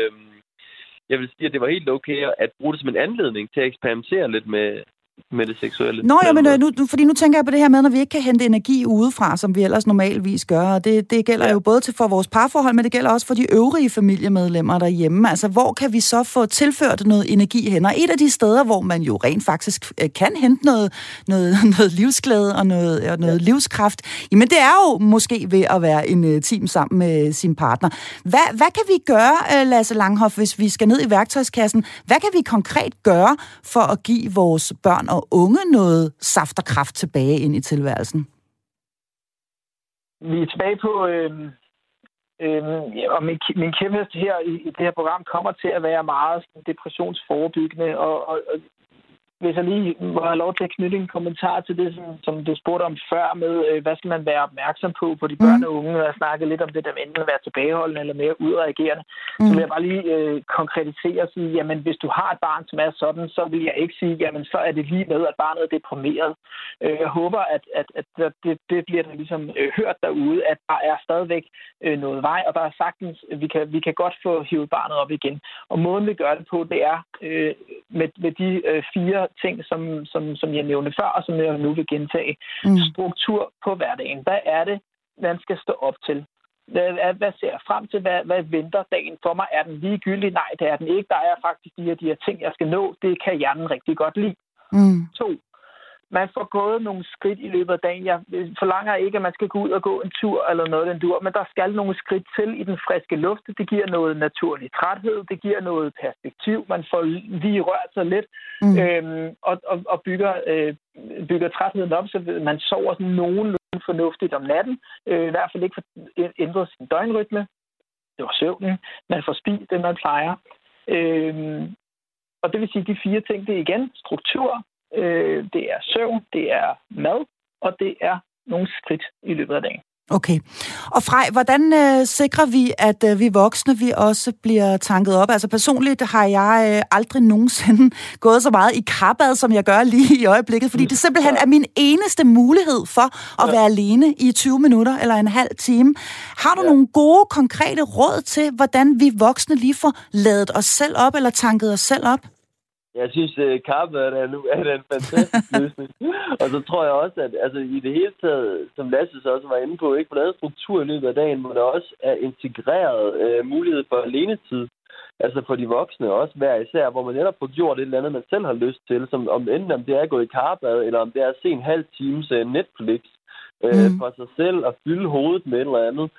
vil sige, at det var helt okay at bruge det som en anledning til at eksperimentere lidt med det seksuelle. Nå, ja, men fordi nu tænker jeg på det her med, når vi ikke kan hente energi udefra, som vi ellers normalvis gør, og det gælder jo både for vores parforhold, men det gælder også for de øvrige familiemedlemmer derhjemme. Altså, hvor kan vi så få tilført noget energi hen? Og et af de steder, hvor man jo rent faktisk kan hente noget livsglæde og noget livskraft, jamen det er jo måske ved at være en team sammen med sin partner. Hvad kan vi gøre, Lasse Langhoff, hvis vi skal ned i værktøjskassen? Hvad kan vi konkret gøre for at give vores børn og unge noget saft og kraft tilbage ind i tilværelsen? Vi er tilbage på, og min kæphest her i det her program kommer til at være meget depressionsforebyggende, og hvis jeg lige må have lov til at knytte en kommentar til det, som du spurgte om før med, hvad skal man være opmærksom på de børn og unge, og jeg snakkede lidt om det der med enten at være tilbageholdende eller mere udreagerende, så vil jeg bare lige konkretisere og sige, jamen hvis du har et barn, som er sådan, så vil jeg ikke sige, jamen så er det lige med, at barnet er deprimeret. Jeg håber, at det bliver der ligesom hørt derude, at der er stadigvæk noget vej, og der er sagtens, vi kan godt få hivet barnet op igen. Og måden vi gør det på, det er med de 4 ting, som jeg nævnte før, og som jeg nu vil gentage. Struktur på hverdagen. Hvad er det, man skal stå op til? Hvad ser jeg frem til? Hvad venter dagen for mig? Er den ligegyldig? Nej, det er den ikke. Der er faktisk de her ting, jeg skal nå. Det kan hjernen rigtig godt lide. 2. Man får gået nogle skridt i løbet af dagen. Jeg forlanger ikke, at man skal gå ud og gå en tur eller noget den dur, men der skal nogle skridt til i den friske luft. Det giver noget naturlig træthed, det giver noget perspektiv. Man får lige rørt sig lidt og bygger trætheden op, så man sover sådan nogenlunde fornuftigt om natten. I hvert fald ikke ændret sin døgnrytme. Det var søvnen. Man får spist det, man plejer. Og det vil sige, de 4 ting, det er igen struktur, det er søvn, det er mad, og det er nogle skridt i løbet af dagen. Okay. Og Frej, hvordan sikrer vi, at vi voksne, vi også bliver tanket op? Altså personligt har jeg aldrig nogensinde gået så meget i karbad, som jeg gør lige i øjeblikket, fordi det simpelthen er min eneste mulighed for at være alene i 20 minutter eller en halv time. Har du nogle gode, konkrete råd til, hvordan vi voksne lige får ladet os selv op eller tanket os selv op? Jeg synes, karbad er en fantastisk løsning. Og så tror jeg også, at altså, i det hele taget, som Lasse så også var inde på, ikke, på lavet struktur i løbet af dagen, hvor der også er integreret mulighed for alenetid. Altså for de voksne også hver især, hvor man netop får gjort et eller andet, man selv har lyst til, som enten om det er at gå i karbad, eller om det er at se en halv times Netflix for sig selv og fylde hovedet med et eller andet.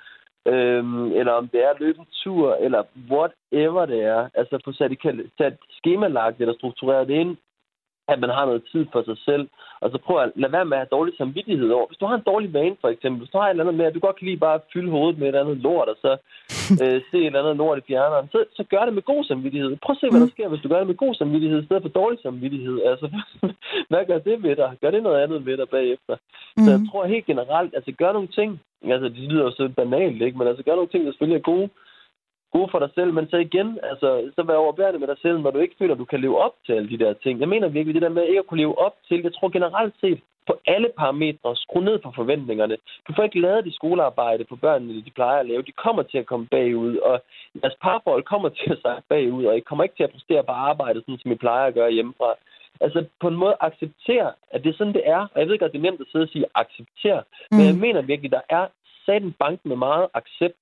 Eller om det er at løbe en tur, eller whatever det er. Altså få sat skemalagt eller struktureret det ind, at man har noget tid for sig selv. Og så prøv at lade være med at have dårlig samvittighed over. Hvis du har en dårlig vane, for eksempel, hvis du har et eller andet med, at du godt kan lide bare at fylde hovedet med et eller andet lort, og så se et eller andet lort i fjerneren, så gør det med god samvittighed. Prøv at se, hvad der sker, hvis du gør det med god samvittighed, i stedet for dårlig samvittighed. Altså, hvad gør det ved dig? Gør det noget andet ved dig bagefter? Så jeg tror helt generelt, altså gør nogle ting, altså det lyder jo så banalt, ikke? Men altså gør nogle ting, der selvfølgelig er gode for dig selv, men så igen, altså, så vær overbærende med dig selv, når du ikke føler, at du kan leve op til alle de der ting. Jeg mener virkelig, det der med ikke at kunne leve op til, jeg tror generelt set, på alle parametre, skru ned på forventningerne. Du får ikke lavet det skolearbejde på børnene, de plejer at lave. De kommer til at komme bagud, og deres parforhold kommer til at sakke bagud, og I kommer ikke til at præstere på arbejde, sådan som I plejer at gøre hjemmefra. Altså på en måde acceptere, at det er sådan, det er. Og jeg ved godt, det er nemt at sidde og sige acceptere, men jeg mener virkelig, der er en bank med meget accept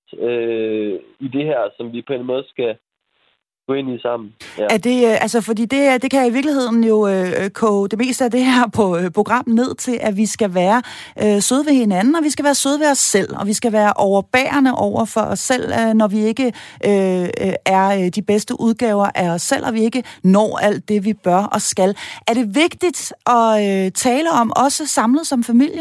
i det her, som vi på en måde skal gå ind i sammen. Ja. Er det, altså fordi det kan i virkeligheden jo koge det meste af det her på programmet ned til, at vi skal være søde ved hinanden, og vi skal være søde ved os selv, og vi skal være overbærende over for os selv, når vi ikke er de bedste udgaver af os selv, og vi ikke når alt det, vi bør og skal. Er det vigtigt at tale om, også samlet som familie?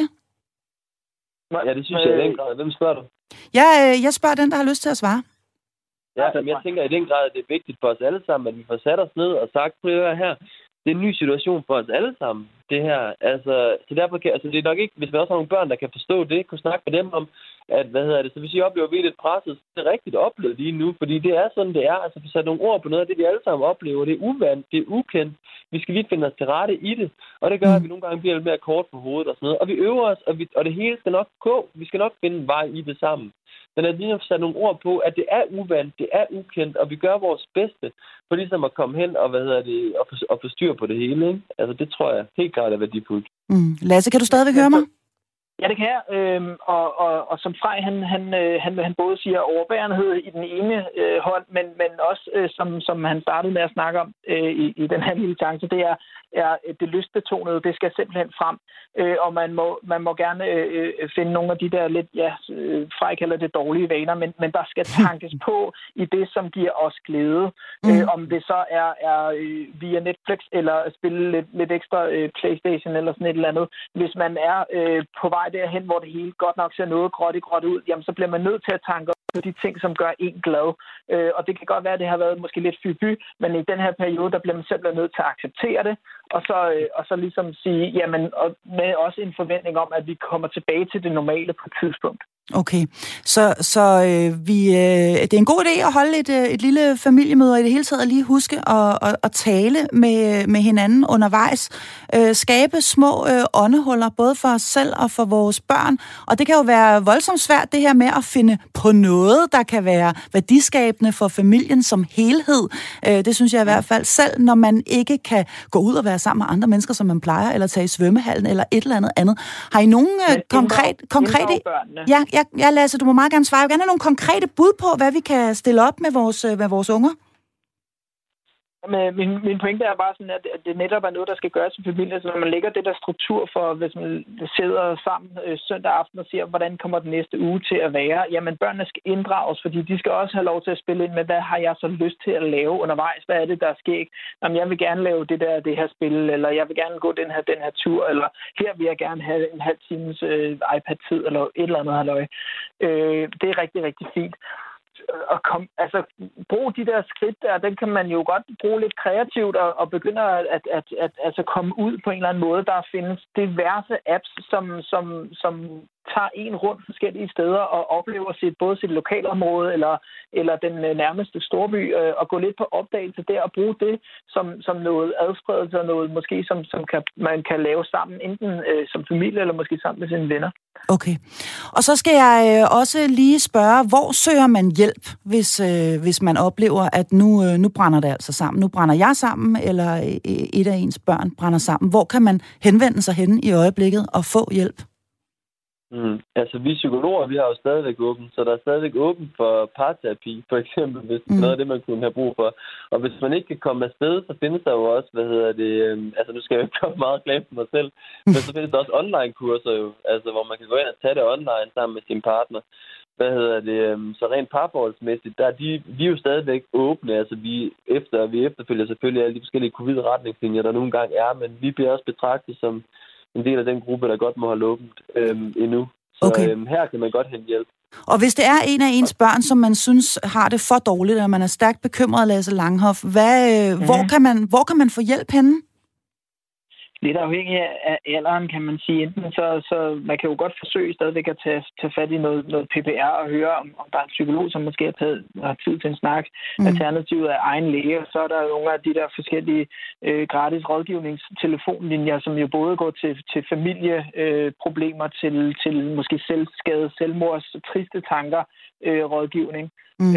Ja, det synes jeg i den grad. Hvem spørger du? Jeg spørger den, der har lyst til at svare. Ja, men jeg tænker i den grad, at det er vigtigt for os alle sammen, at vi får sat os ned og sagt, prøv at høre her, det er en ny situation for os alle sammen, det her. Altså, så derfor kan, altså det er nok ikke, hvis vi også har nogle børn, der kan forstå det, kunne snakke med dem om, at, så hvis I oplever, at vi er lidt presset, så er det rigtigt oplevet lige nu, fordi det er sådan, det er. Altså, for sat nogle ord på noget af det, vi alle sammen oplever, det er uvandt, det er ukendt. Vi skal lige finde os til rette i det, og det gør, at vi nogle gange bliver lidt mere kort på hovedet og sådan noget. Og vi øver os, og det hele skal nok gå. Vi skal nok finde en vej i det sammen. Men at vi har sat nogle ord på, at det er uvandt, det er ukendt, og vi gør vores bedste for ligesom at komme hen og få styr på det hele. Ikke? Altså, det tror jeg helt klart er værdifuldt. Lasse, kan du stadigvæk høre mig? Ja, det kan jeg. Og som Frej, han både siger overbærenhed i den ene hånd, men også, som han startede med at snakke om i den her lille chance, det er det lystbetonede, det skal simpelthen frem. Og man må gerne finde nogle af de der lidt, Frej kalder det dårlige vaner, men der skal tankes på i det, som giver os glæde. Om det så er via Netflix, eller at spille lidt ekstra PlayStation, eller sådan et eller andet. Hvis man er på vej derhen, hvor det hele godt nok ser noget gråt ud, jamen så bliver man nødt til at tanke op på de ting, som gør en glad. Og det kan godt være, at det har været måske lidt fy, men i den her periode, der bliver man simpelthen nødt til at acceptere det, og så ligesom sige, jamen, og med også en forventning om, at vi kommer tilbage til det normale på et tidspunkt. Okay, så det er en god idé at holde et lille familiemøde, og i det hele taget lige huske at tale med hinanden undervejs. Skabe små åndehuller, både for os selv og for vores børn. Og det kan jo være voldsomt svært, det her med at finde på noget, der kan være værdiskabende for familien som helhed. Det synes jeg i hvert fald selv, når man ikke kan gå ud og være sammen med andre mennesker, som man plejer, eller tage i svømmehallen, eller et eller andet. Har I nogen konkrete... Ja, Lasse, du må meget gerne svare. Jeg vil gerne have nogle konkrete bud på, hvad vi kan stille op med vores unger. Min pointe er bare sådan, at det netop er noget, der skal gøres i familien. Så når man lægger det der struktur for, hvis man sidder sammen søndag aften og siger, hvordan kommer den næste uge til at være, jamen børnene skal inddrages, fordi de skal også have lov til at spille ind med, hvad har jeg så lyst til at lave undervejs? Hvad er det, der sker? Jamen, jeg vil gerne lave det her spil, eller jeg vil gerne gå den her tur, eller her vil jeg gerne have en halv times iPad-tid, eller et eller andet halløj. Det er rigtig, rigtig fint. Brug de der skridt der, den kan man jo godt bruge lidt kreativt og begynde at komme ud på en eller anden måde. Der findes diverse apps, som tager en rundt forskellige steder og oplever både sit lokalområde eller den nærmeste storby, og gå lidt på opdagelse der og bruge det som noget adspredelse og noget måske, som man kan lave sammen, enten som familie eller måske sammen med sine venner. Okay. Og så skal jeg også lige spørge, hvor søger man hjælp, hvis man oplever, at nu brænder det altså sammen? Nu brænder jeg sammen, eller et af ens børn brænder sammen. Hvor kan man henvende sig henne i øjeblikket og få hjælp? Altså, vi psykologer, vi har jo stadigvæk åbent, så der er stadigvæk åbent for parterapi, for eksempel, hvis det er noget af det, man kunne have brug for. Og hvis man ikke kan komme afsted, så findes der jo også, altså nu skal jeg jo ikke komme meget glad for mig selv, men så findes der også online-kurser jo, altså hvor man kan gå ind og tage det online sammen med sin partner. Så rent parforholdsmæssigt, der er de er jo stadigvæk åbne, altså vi efterfølger selvfølgelig alle de forskellige covid-retningslinjer, der nogle gange er, men vi bliver også betragtet som en del af den gruppe, der godt må have åbent endnu. Så okay. Her kan man godt hente hjælp. Og hvis det er en af ens børn, som man synes har det for dårligt, og man er stærkt bekymret, Lasse Langhoff, hvor kan man få hjælp henne? Lidt afhængig af alderen, kan man sige. Enten så man kan jo godt forsøge stadigvæk at tage fat i noget PPR og høre, om der er en psykolog, som måske har tid til en snak. Alternativet er egen læge, og så er der nogle af de der forskellige gratis rådgivningstelefonlinjer, som jo både går til familieproblemer, til måske selvskade, selvmords, triste tanker, rådgivning.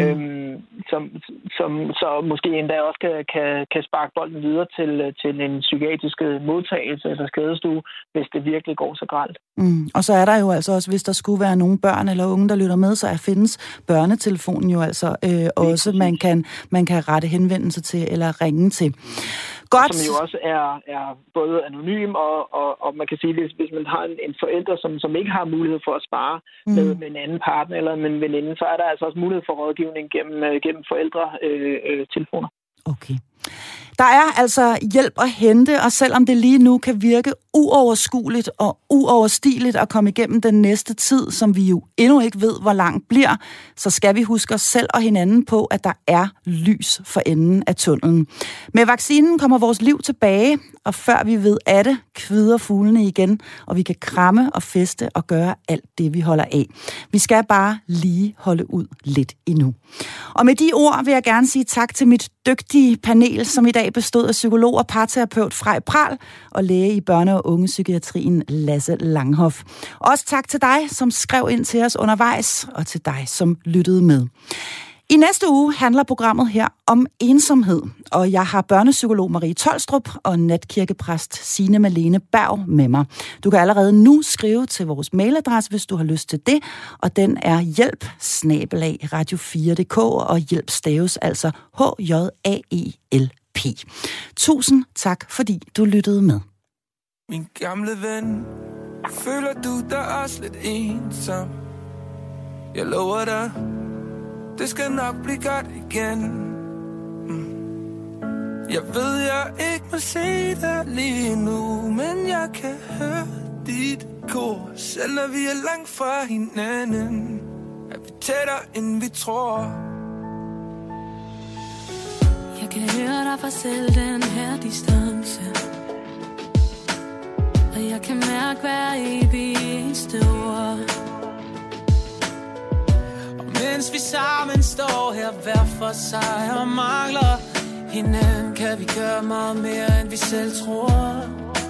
Så måske endda også kan sparke bolden videre til en psykiatrisk modtagelse eller skadestue, hvis det virkelig går så grelt. Og så er der jo altså også, hvis der skulle være nogle børn eller unge, der lytter med, så findes børnetelefonen jo altså også, man kan rette henvendelse til eller ringe til. Godt. Som jo også er både anonym, og man kan sige, hvis man har en forælder, som ikke har mulighed for at spare med en anden partner eller med en veninde, så er der altså også mulighed for rådgivning gennem forældretelefoner. Okay. Der er altså hjælp at hente, og selvom det lige nu kan virke uoverskueligt og uoverstigeligt at komme igennem den næste tid, som vi jo endnu ikke ved, hvor lang bliver, så skal vi huske os selv og hinanden på, at der er lys for enden af tunnelen. Med vaccinen kommer vores liv tilbage, og før vi ved af det, kvider fuglene igen, og vi kan kramme og feste og gøre alt det, vi holder af. Vi skal bare lige holde ud lidt endnu. Og med de ord vil jeg gerne sige tak til mit dygtige panel, som i dag bestod af psykolog og parterapeut Frej Pral og læge i børne- og ungepsykiatrien Lasse Langhoff. Også tak til dig, som skrev ind til os undervejs, og til dig, som lyttede med. I næste uge handler programmet her om ensomhed, og jeg har børnepsykolog Marie Tolstrup og natkirkepræst Signe Malene Berg med mig. Du kan allerede nu skrive til vores mailadresse, hvis du har lyst til det, og den er hjælp@radio4.dk, og hjælp staves altså HJAELP. Tusind tak, fordi du lyttede med. Min gamle ven, føler du dig også lidt ensom? Jeg lover dig, det skal nok blive godt igen. Jeg ved, jeg ikke må se dig lige nu, men jeg kan høre dit kor. Selv når vi er langt fra hinanden, er vi tættere end vi tror. Jeg kan høre dig fra selv den her distance, og jeg kan mærke hver evig eneste ord. Mens vi sammen står her hver for sig og mangler hinanden, kan vi gøre meget mere, end vi selv tror.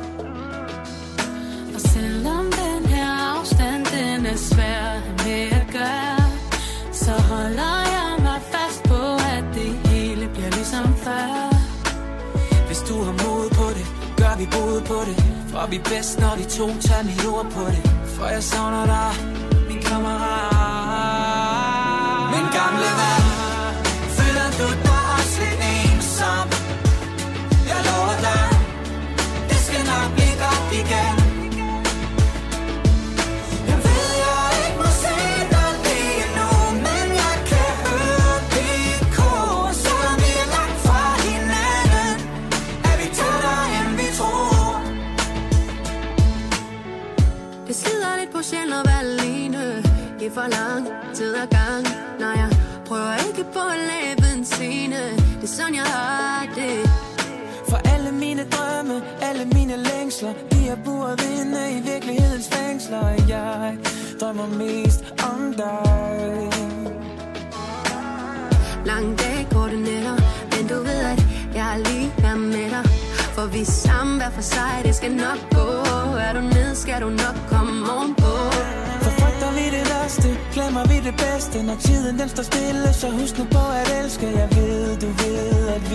Og selvom den her afstand, den er svær med at gøre, så holder jeg mig fast på, at det hele bliver ligesom før. Hvis du har mod på det, gør vi både på det. For vi er bedst, når vi to tager mit ord på det. For jeg savner dig, min kammerat. Min gamle ven, føler du dig også lidt ensom? Jeg lover dig, det skal nok blive godt igen. Jeg ved, jeg ikke må se dig lige nu, men jeg kan høre dit kor. Selvom vi er langt fra hinanden, er vi tættere end vi tror. Det sidder lidt på sjælen at være alene i for lang tid ad gang. Nej, jeg prøver ikke på at lave en scene. Det er sådan, jeg har det. For alle mine drømme, alle mine længsler, de er buret inde i virkelighedens fængsler. Jeg mig mest om dig. Lange dage, korte nætter, men du ved, at jeg lige er med dig. For vi er sammen hver for sig, det skal nok gå. Er du nede, skal du nok komme ovenpå. For frygter vi det værste, glemmer vi det bedste. Når tiden den står stille, så husk nu på at elske. Jeg ved, du ved, at